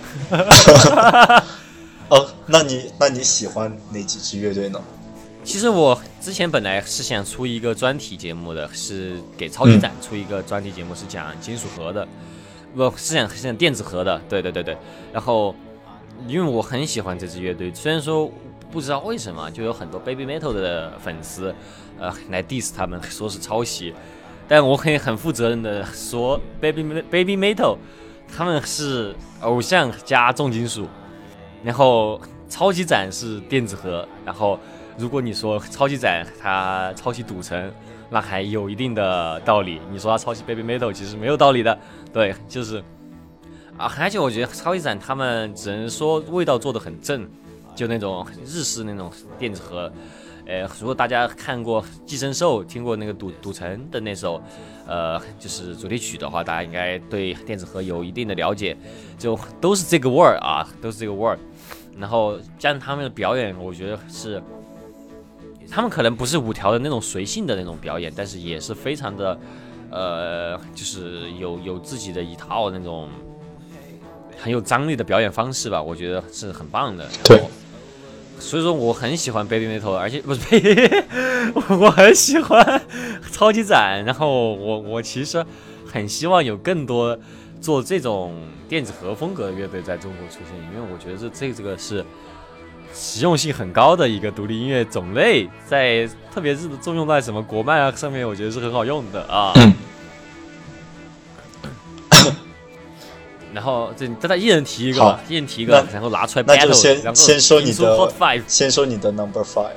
哦，那你那你喜欢哪几支乐队呢？ 其实我之前本来是想出一个专题节目的，是给超级展出一个专题节目，是讲金属核的，不是讲是讲电子核的，对对对对。然后因为我很喜欢这支乐队，虽然说不知道为什么就有很多 Baby Metal 的粉丝，呃，来 diss 他们，说是抄袭，但我可以很负责任的说 ，Baby Baby Metal 他们是偶像加重金属。然后超级展是电子核，然后如果你说超级展它抄袭赌城，那还有一定的道理。你说它抄袭 Baby Metal 其实没有道理的，对，就是啊，而且我觉得超级展他们只能说味道做得很正，就那种日式那种电子核。呃，如果大家看过《寄生兽》，听过那个赌赌城的那首，呃，就是主题曲的话，大家应该对电子核有一定的了解，就都是这个味儿啊，都是这个味儿。然后加上他们的表演，我觉得是，他们可能不是五条的那种随性的那种表演，但是也是非常的，呃，就是有有自己的一套那种很有张力的表演方式吧，我觉得是很棒的。 对。 所以说我很喜欢 Baby Metal， 而且不是我很喜欢超级展，然后我我其实很希望有更多做这种电子核风格的乐队在中国出现，因为我觉得这这个是实用性很高的一个独立音乐种类，在特别是重用在什么国漫啊上面，我觉得是很好用的啊。嗯然后这大家一人提一个，一人提一个，然后拿出来 battle， 那就先然后先说你的 Hot Five， 先说你的 number five。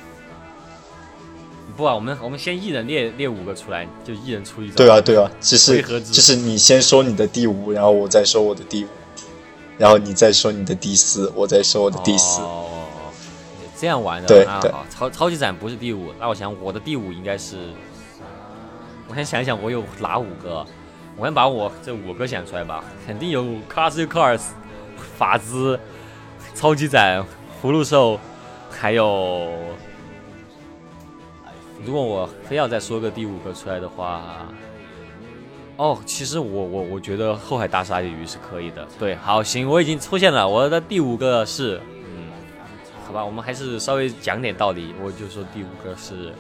不啊，我们我们先一人列列五个出来，就一人出一张。 对啊对啊，就是就是你先说你的第五，然后我再说我的第五，然后你再说你的第四，我再说我的第四。 哦，这样玩的。 对对。 超超级展不是第五，那我想我的第五应该是，我先想一想我有哪五个。我先把我这五个想出来吧，肯定有 Classic Cars、法兹、超级展、葫芦兽，还有，如果我非要再说个第五个出来的话，哦，其实我我我觉得后海大鲨鱼是可以的。对，好，行，我已经出现了，我的第五个是，嗯，好吧，我们还是稍微讲点道理，我就说第五个是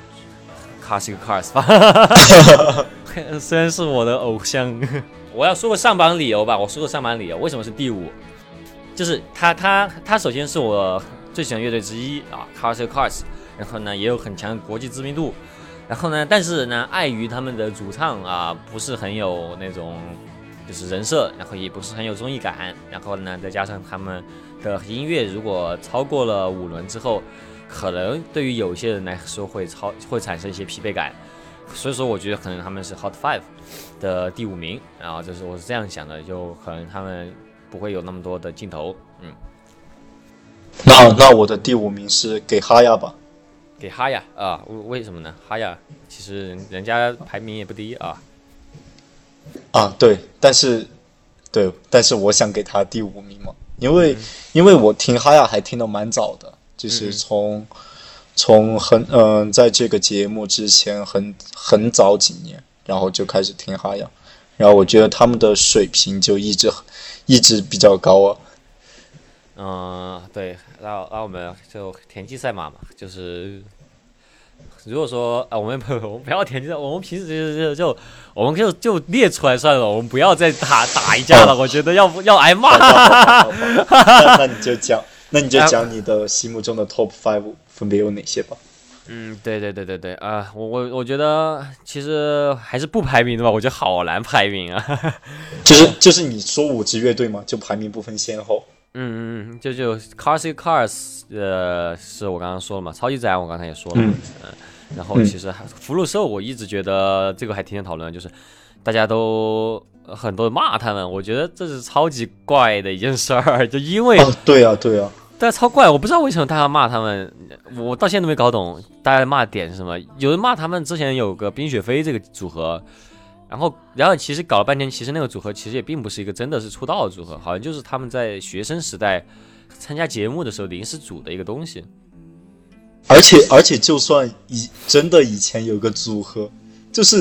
Classic Cars 吧。虽然是我的偶像，我要说个上榜理由吧。我说个上榜理由，为什么是第五？就是他他他首先是我最喜欢乐队之一啊 ，Classic Cars， 然后呢也有很强的国际知名度，然后呢，但是呢，碍于他们的主唱啊不是很有那种就是人设，然后也不是很有综艺感，然后呢再加上他们的音乐如果超过了五轮之后，可能对于有些人来说会超会产生一些疲惫感。所以说，我觉得可能他们是 Hot Five 的第五名，然后就是我是这样想的，就可能他们不会有那么多的镜头，嗯。 那那我的第五名是给哈亚吧， 给哈亚啊？为什么呢？哈亚其实人家排名也不低啊。 啊，对，但是对，但是我想给他第五名嘛，因为、嗯、因为我听哈亚还听得蛮早的，就是从。嗯从很嗯、呃，在这个节目之前很很早几年，然后就开始听哈亚，然后我觉得他们的水平就一直一直比较高啊。 嗯，对，那那我们就田忌赛马嘛，就是如果说啊，我们不我们不要田忌赛，我们平时就就就我们就就列出来算了，我们不要再打打一架了，我觉得要要挨骂。 那那你就讲，那你就讲你的心目中的 top five。分别有哪些吧？ 嗯，对对对对对啊、呃，我我我觉得其实还是不排名的吧，我觉得好难排名啊。 就是就是你说五支乐队嘛，就排名不分先後。 嗯嗯，就就 Classic Cars 呃，是我刚刚说了嘛，超级展我刚才也说了，嗯，嗯然后其实福禄寿我一直觉得这个还挺想讨论，就是大家都很多人骂他们，我觉得这是超级怪的一件事儿，就因为、 哦、对啊对啊。 大家超怪，我不知道为什么大家骂他们，我到现在都没搞懂大家骂的点是什么。有人骂他们之前有个冰雪飞这个组合，然后然后其实搞了半天，其实那个组合其实也并不是一个真的是出道的组合，好像就是他们在学生时代参加节目的时候临时组的一个东西。 而且而且就算以真的以前有个组合，就是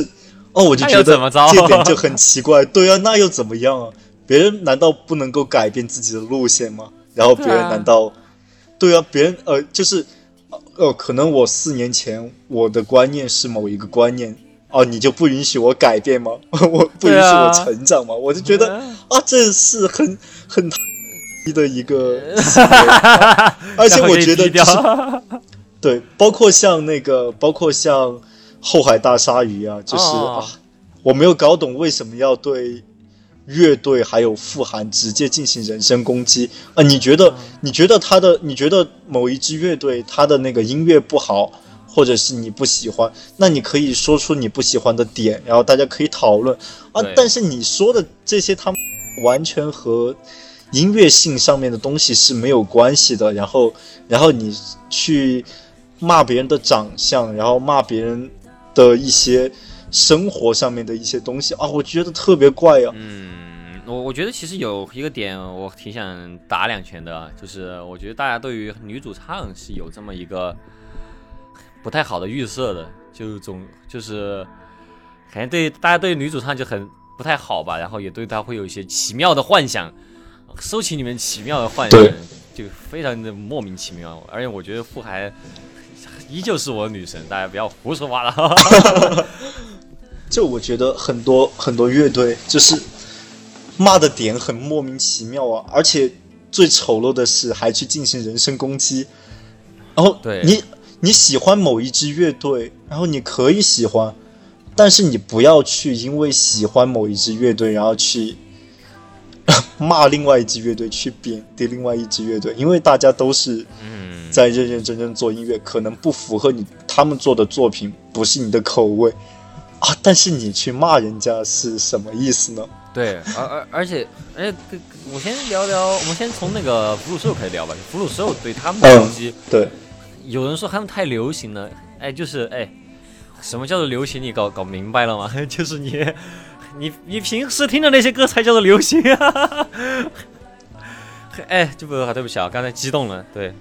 哦，我就觉得这点就很奇怪。对啊，那又怎么样啊？别人难道不能够改变自己的路线吗？然后别人难道对啊？别人呃，就是呃，可能我四年前我的观念是某一个观念。哦，你就不允许我改变吗？我不允许我成长吗？啊、我就觉得啊，这是很很的一个行为、啊，而且我觉得就是对，包括像那个，包括像后海大鲨鱼啊，就是、哦、啊，我没有搞懂为什么要对乐队还有富含直接进行人身攻击啊？你觉得？你觉得他的？你觉得某一支乐队他的那个音乐不好？或者是你不喜欢，那你可以说出你不喜欢的点，然后大家可以讨论啊。但是你说的这些，他们完全和音乐性上面的东西是没有关系的。然后，然后你去骂别人的长相，然后骂别人的一些生活上面的一些东西啊，我觉得特别怪啊。 嗯，我我觉得其实有一个点我挺想打两拳的，就是我觉得大家对于女主唱是有这么一个不太好的预设的，就总就是感觉对大家对女主唱就很不太好吧，然后也对她会有一些奇妙的幻想，收起你们奇妙的幻想，就非常的莫名其妙。而且我觉得傅海依旧是我的女神，大家不要胡说八道。 就我觉得很多很多乐队就是骂的点很莫名其妙啊，而且最丑陋的是还去进行人身攻击，然后你。你喜欢某一支乐队，然后你可以喜欢，但是你不要去因为喜欢某一支乐队，然后去骂另外一支乐队，去贬低另外一支乐队，因为大家都是在认认真真做音乐，可能不符合你他们做的作品，不是你的口味啊，但是你去骂人家是什么意思呢？ 对，而而而且而且，我先聊聊，我们先从那个福禄寿开始聊吧。福禄寿对他们的攻击、 嗯，对。 有人说他们太流行了，哎，就是哎，什么叫做流行？你搞搞明白了吗？就是你，你你平时听的那些歌才叫做流行啊！哎，这不，对不起啊，刚才激动了，对。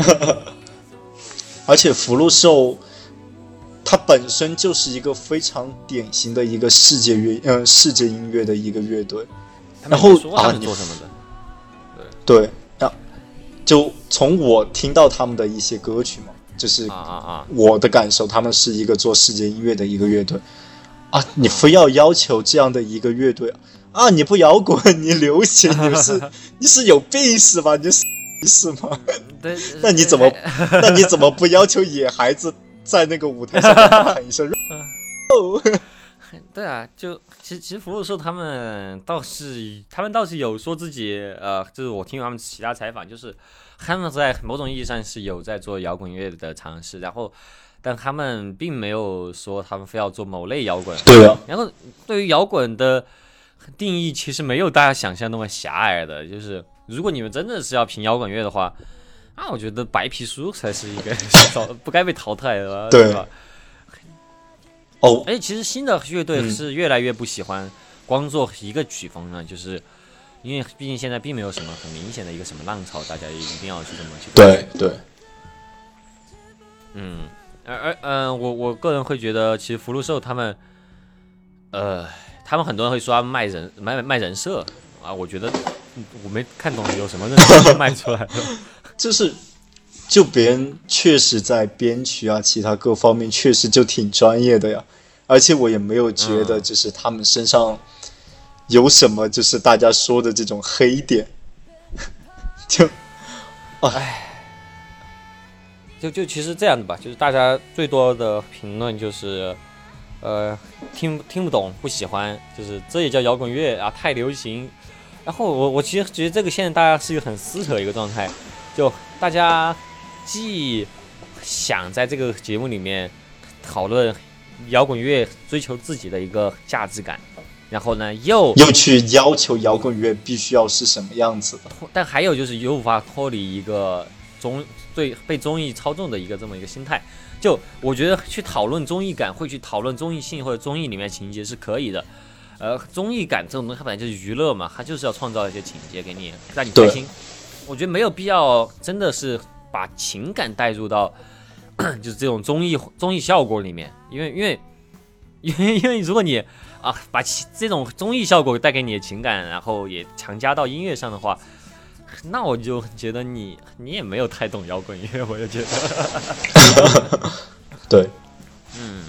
而且福禄寿，它本身就是一个非常典型的一个世界乐，嗯、呃，世界音乐的一个乐队。然后啊，你做什么的？ 对。对。就从我听到他们的一些歌曲嘛，就是我的感受，他们是一个做世界音乐的一个乐队啊！你非要要求这样的一个乐队啊？你不摇滚，你流行，你是你是有病是吧？你是是吗？ 对， 那你怎么那你怎么不要求野孩子在那个舞台上喊一声哦？ 对啊，就其实其实福禄寿他们倒是他们倒是有说自己呃，就是我听他们其他采访，就是他们在某种意义上是有在做摇滚乐的尝试，然后但他们并没有说他们非要做某类摇滚。 对啊。 然后对于摇滚的定义其实没有大家想象那么狭隘的，就是如果你们真的是要评摇滚乐的话，啊，我觉得白皮书才是一个不该被淘汰的， 对, 对吧？ 哦， 哎，其实新的乐队是越来越不喜欢光做一个曲风呢，嗯、就是因为毕竟现在并没有什么很明显的一个什么浪潮，大家一定要去这么去。 对对。 嗯，而而嗯、呃，我我个人会觉得，其实福禄寿他们，呃，他们很多人会说他们卖人卖卖人设啊，我觉得我没看懂有什么人设卖出来的， 就是。就别人确实在编曲啊，其他各方面确实就挺专业的呀，而且我也没有觉得就是他们身上有什么就是大家说的这种黑点，就， 唉，就就其实这样的吧，就是大家最多的评论就是，呃，听听不懂，不喜欢，就是这也叫摇滚乐啊，太流行。然后我我其实觉得这个现在大家是一个很撕扯的一个状态，就大家。既想在这个节目里面讨论摇滚乐，追求自己的一个价值感，然后呢又又去要求摇滚乐必须要是什么样子的， 但还有就是又无法脱离一个综对被综艺操纵的一个这么一个心态。就我觉得去讨论综艺感，会去讨论综艺性或者综艺里面情节是可以的。呃，综艺感这种东西它本来就是娱乐嘛，它就是要创造一些情节给你，让你开心。我觉得没有必要真的是。把情感带入到就是这种综艺综艺效果里面，因为因为因为因为如果你啊把这种综艺效果带给你的情感，然后也强加到音乐上的话，那我就觉得你你也没有太懂摇滚乐，我就觉得。 对， 嗯，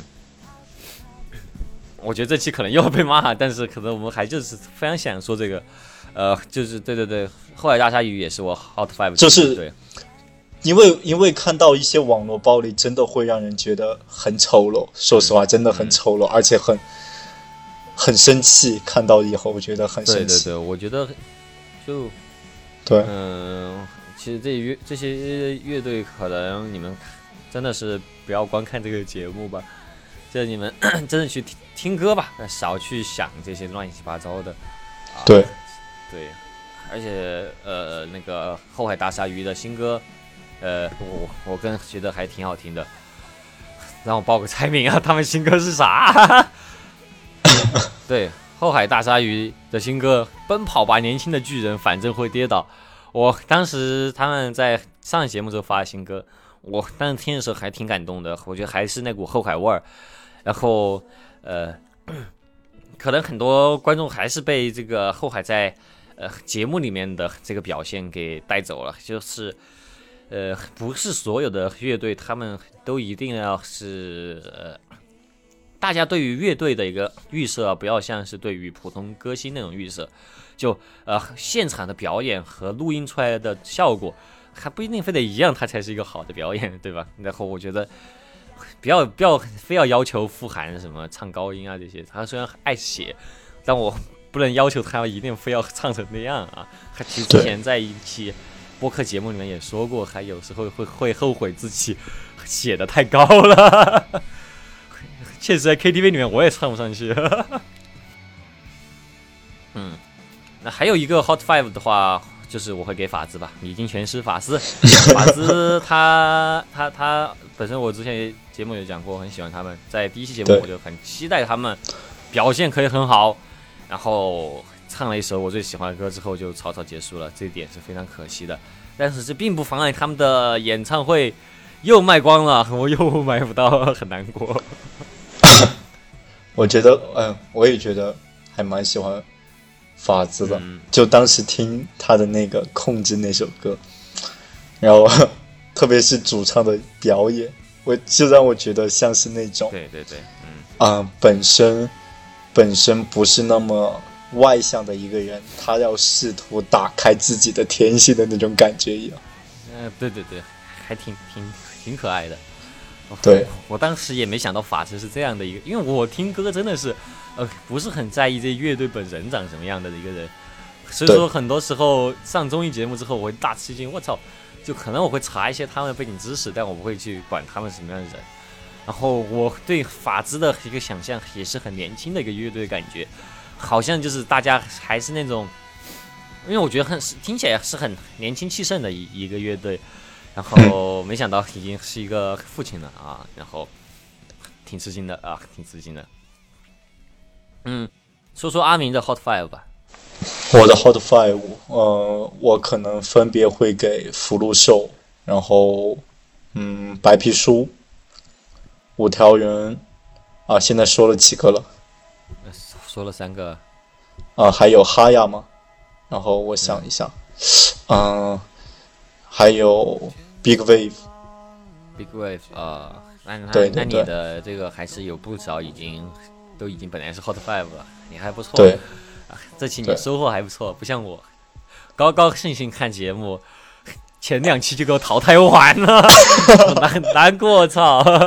我觉得这期可能又要被骂，但是可能我们还就是非常想说这个，呃，就是对对对，后来大鲨鱼也是我 Hot Five， 就是对。 因为因为看到一些网络暴力，真的会让人觉得很丑陋。说实话，真的很丑陋，嗯、而且很很生气。看到以后，我觉得很生气。 对对对，我觉得就对， 嗯、呃，其实这乐这些乐队，可能你们真的是不要光看这个节目吧，就你们真的去听听歌吧，少去想这些乱七八糟的。啊、 对对，而且呃，那个后海大鲨鱼的新歌。呃，我我个人觉得还挺好听的，让我报个菜名啊！他们新歌是啥？对，后海大鲨鱼的新歌《奔跑吧，年轻的巨人，反正会跌倒》。我当时他们在上节目时候发的新歌，我当时听的时候还挺感动的，我觉得还是那股后海味儿。然后呃，可能很多观众还是被这个后海在呃节目里面的这个表现给带走了，就是。呃，不是所有的乐队，他们都一定要是呃，大家对于乐队的一个预设、啊，不要像是对于普通歌星那种预设，就呃现场的表演和录音出来的效果还不一定非得一样，它才是一个好的表演，对吧？然后我觉得不要不要非要要求富含什么唱高音啊这些，他虽然爱写，但我不能要求他一定非要唱成那样啊。他其实之前在一期。播客节目里面也说过，还有时候会会后悔自己写的太高了。确实，在 K T V 里面我也唱不上去。嗯，那还有一个 Hot Five 的话，就是我会给法兹吧，米津玄师法兹。法兹他他他本身我之前节目有讲过，很喜欢他们，在第一期节目我就很期待他们表现可以很好，然后。唱了一首我最喜欢的歌之后就草草结束了，这一点是非常可惜的。但是这并不妨碍他们的演唱会又卖光了，我又买不到，很难过。 我觉得，嗯，我也觉得还蛮喜欢法子的。嗯、就当时听他的那个《控制》那首歌，然后特别是主唱的表演，我就让我觉得像是那种， 对对对，嗯啊、呃，本身本身不是那么。外向的一个人，他要试图打开自己的天性的那种感觉一样。 嗯、呃，对对对，还挺挺挺可爱的。 对， 我当时也没想到法师是这样的一个，因为我听歌真的是，呃，不是很在意这乐队本人长什么样的一个人，所以说很多时候上综艺节目之后，我会大吃一惊，我操，就可能我会查一些他们的背景知识，但我不会去管他们是什么样的人。然后我对法兹的一个想象也是很年轻的一个乐队的感觉。好像就是大家还是那种，因为我觉得很听起来是很年轻气盛的一一个乐队，然后没想到已经是一个父亲了啊，然后挺吃惊的啊，挺吃惊的。嗯，说说阿明的 Hot Five 吧。 我的 Hot Five， 呃，我可能分别会给福禄寿，然后嗯，白皮书，五条人，啊，现在说了几个了？ 说了三个， 啊、呃，还有哈亚吗？然后我想一下，嗯、呃，还有 Big Wave，Big Wave 啊、呃，那对对对， 那你的这个还是有不少已经都已经本来是 Hot Five 了，你还不错。 对， 啊，这期你收获还不错，不像我，高高兴兴看节目，前两期就给我淘汰完了，难难过，操！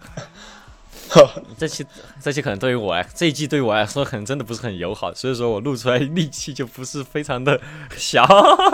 这期这期可能对于我来，这一季对于我来说可能真的不是很友好，所以说我录出来力气就不是非常的小。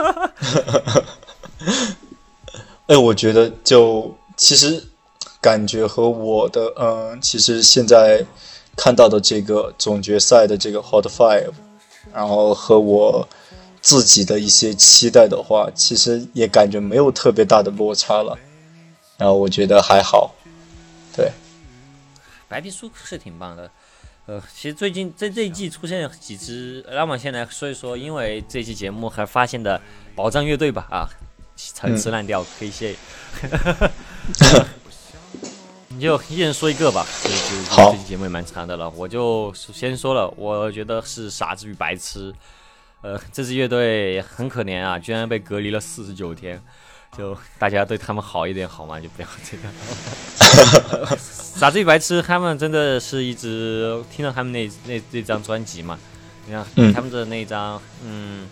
哎，我觉得就其实感觉和我的嗯，其实现在看到的这个总决赛的这个 Hot Five， 然后和我自己的一些期待的话，其实也感觉没有特别大的落差了。然后我觉得还好，对。 白皮书是挺棒的，呃，其实最近这这一季出现几支，让我先来说一说，因为这期节目还发现的宝藏乐队吧，啊，陈词滥调可以谢。 就一人说一个吧。就就好， 这期节目也蛮长的了，我就先说了，我觉得是傻子与白痴。呃，这支乐队很可怜啊，居然被隔离了四十九天。就大家对他们好一点好吗？就不要这样。傻子与白痴，他们真的是一直听到他们那那那张专辑嘛？你看、嗯、他们的那张，嗯，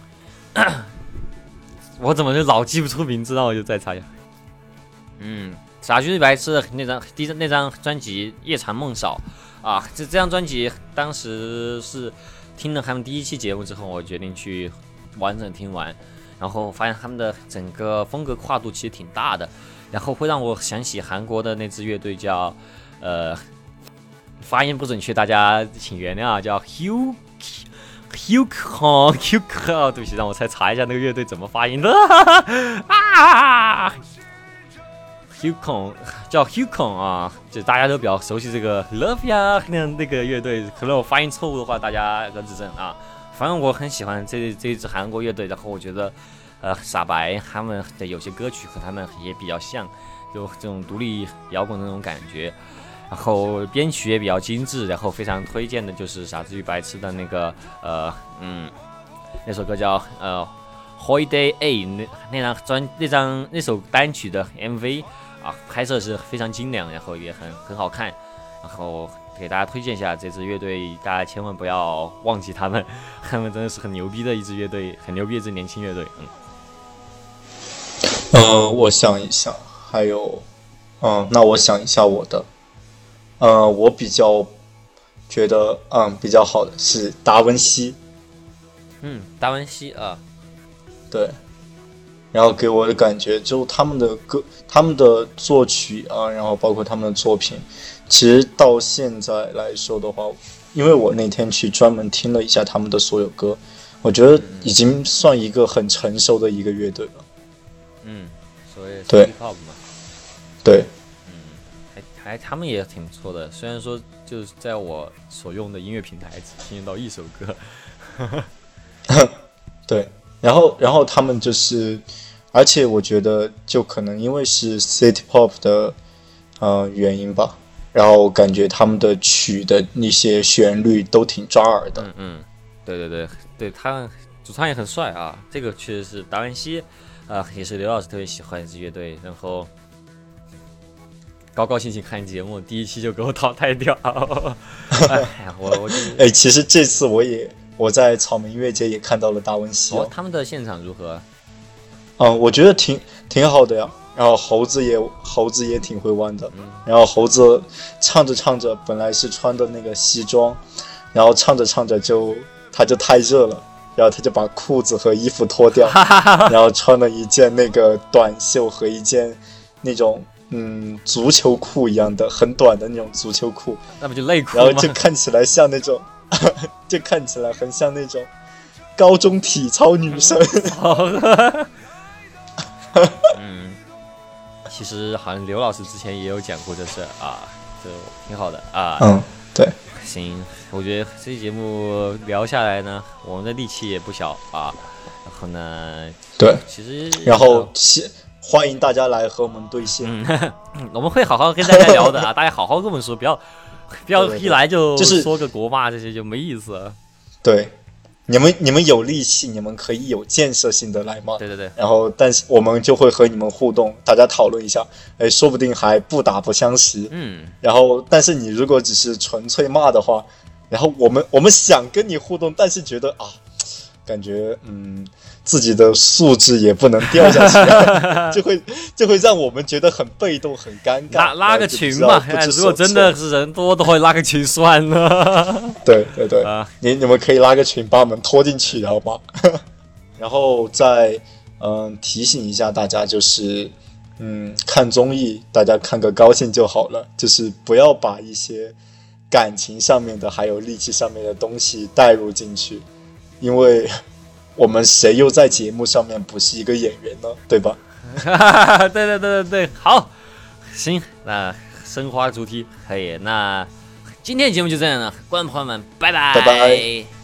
我怎么就老记不出名字？那我就再查一下。嗯，傻子与白痴的那张第那张专辑《夜长梦少》啊，这这张专辑当时是听了他们第一期节目之后，我决定去完整听完。然后发现他们的整个风格跨度其实挺大的，然后会让我想起韩国的那支乐队叫，呃，发音不准确，大家请原谅啊，叫 Hugh Hugh Hugh， 对不起，让我再查一下那个乐队怎么发音的啊 ，Hugh 叫 Hugh 啊，就大家都比较熟悉这个 Love 呀那那个乐队，可能我发音错误的话，大家个指正啊。反正我很喜欢这这一支韩国乐队，然后我觉得，呃，傻白他们的有些歌曲和他们也比较像，就这种独立摇滚的那种感觉，然后编曲也比较精致，然后非常推荐的就是傻子与白痴的那个呃嗯那首歌叫呃 Holiday A 那那张专那张那首单曲的 M V 啊，拍摄是非常精良，然后也很很好看，然后。给大家推荐一下这支乐队，大家千万不要忘记他们，他们真的是很牛逼的一支乐队，很牛逼的一支年轻乐队。 嗯，呃，我想一下，还有，嗯，那我想一下我的，呃，我比较觉得，嗯，比较好的是达文西。 嗯，达文西啊， 对，然后给我的感觉就他们的歌，他们的作曲啊，然后包括他们的作品。其实到现在来说的话，因为我那天去专门听了一下他们的所有歌，我觉得已经算一个很成熟的一个乐队了。 嗯，所谓对 hip hop 嘛。 对。 嗯，还还他们也挺不错的，虽然说就是在我所用的音乐平台只听到一首歌。 对，然后然后他们就是，而且我觉得就可能因为是 City Pop 的呃原因吧。然后感觉他们的曲的那些旋律都挺抓耳的。 嗯嗯，对对对对，他们主唱也很帅啊。这个确实是达文西，啊、呃，也是刘老师特别喜欢一支乐队。然后高高兴兴看节目，第一期就给我淘汰掉。哎呀，我我哎，其实这次我也我在草莓音乐节也看到了达文西、哦哦。他们的现场如何？ 嗯，我觉得挺挺好的呀。然后猴子也猴子也挺会玩的，然后猴子唱着唱着，本来是穿的那个西装，然后唱着唱着就他就太热了，然后他就把裤子和衣服脱掉，然后穿了一件那个短袖和一件那种嗯足球裤一样的很短的那种足球裤， 那不就内裤吗？ 然后就看起来像那种，就看起来很像那种高中体操女生。 嗯。其实好像刘老师之前也有讲过这事啊，就挺好的啊。 嗯，对。 行，我觉得这期节目聊下来呢，我们的力气也不小啊。然后呢， 对， 其实然后欢迎大家来和我们对线。 嗯，我们会好好跟大家聊的啊，大家好好跟我们说，不要不要一来就说个国骂这些就没意思了。 对。你们你们有力气，你们可以有建设性的来骂， 对对对。 然后，但是我们就会和你们互动，大家讨论一下，哎，说不定还不打不相识。 嗯。 然后，但是你如果只是纯粹骂的话，然后我们我们想跟你互动，但是觉得啊，感觉嗯自己的素质也不能掉下去，就会就会让我们觉得很被动很尴尬。 拉拉个群嘛，哎，如果真的是人多的话，拉个群算了。 对对对，啊、你你们可以拉个群，把我们拖进去，好吗？然后再嗯、呃、提醒一下大家，就是嗯看综艺，大家看个高兴就好了，就是不要把一些感情上面的还有力气上面的东西带入进去，因为我们谁又在节目上面不是一个演员呢？对吧？ 对对对对对，好，行，那生花主题可以，那今天的节目就这样了，观众朋友们，拜拜， 拜拜。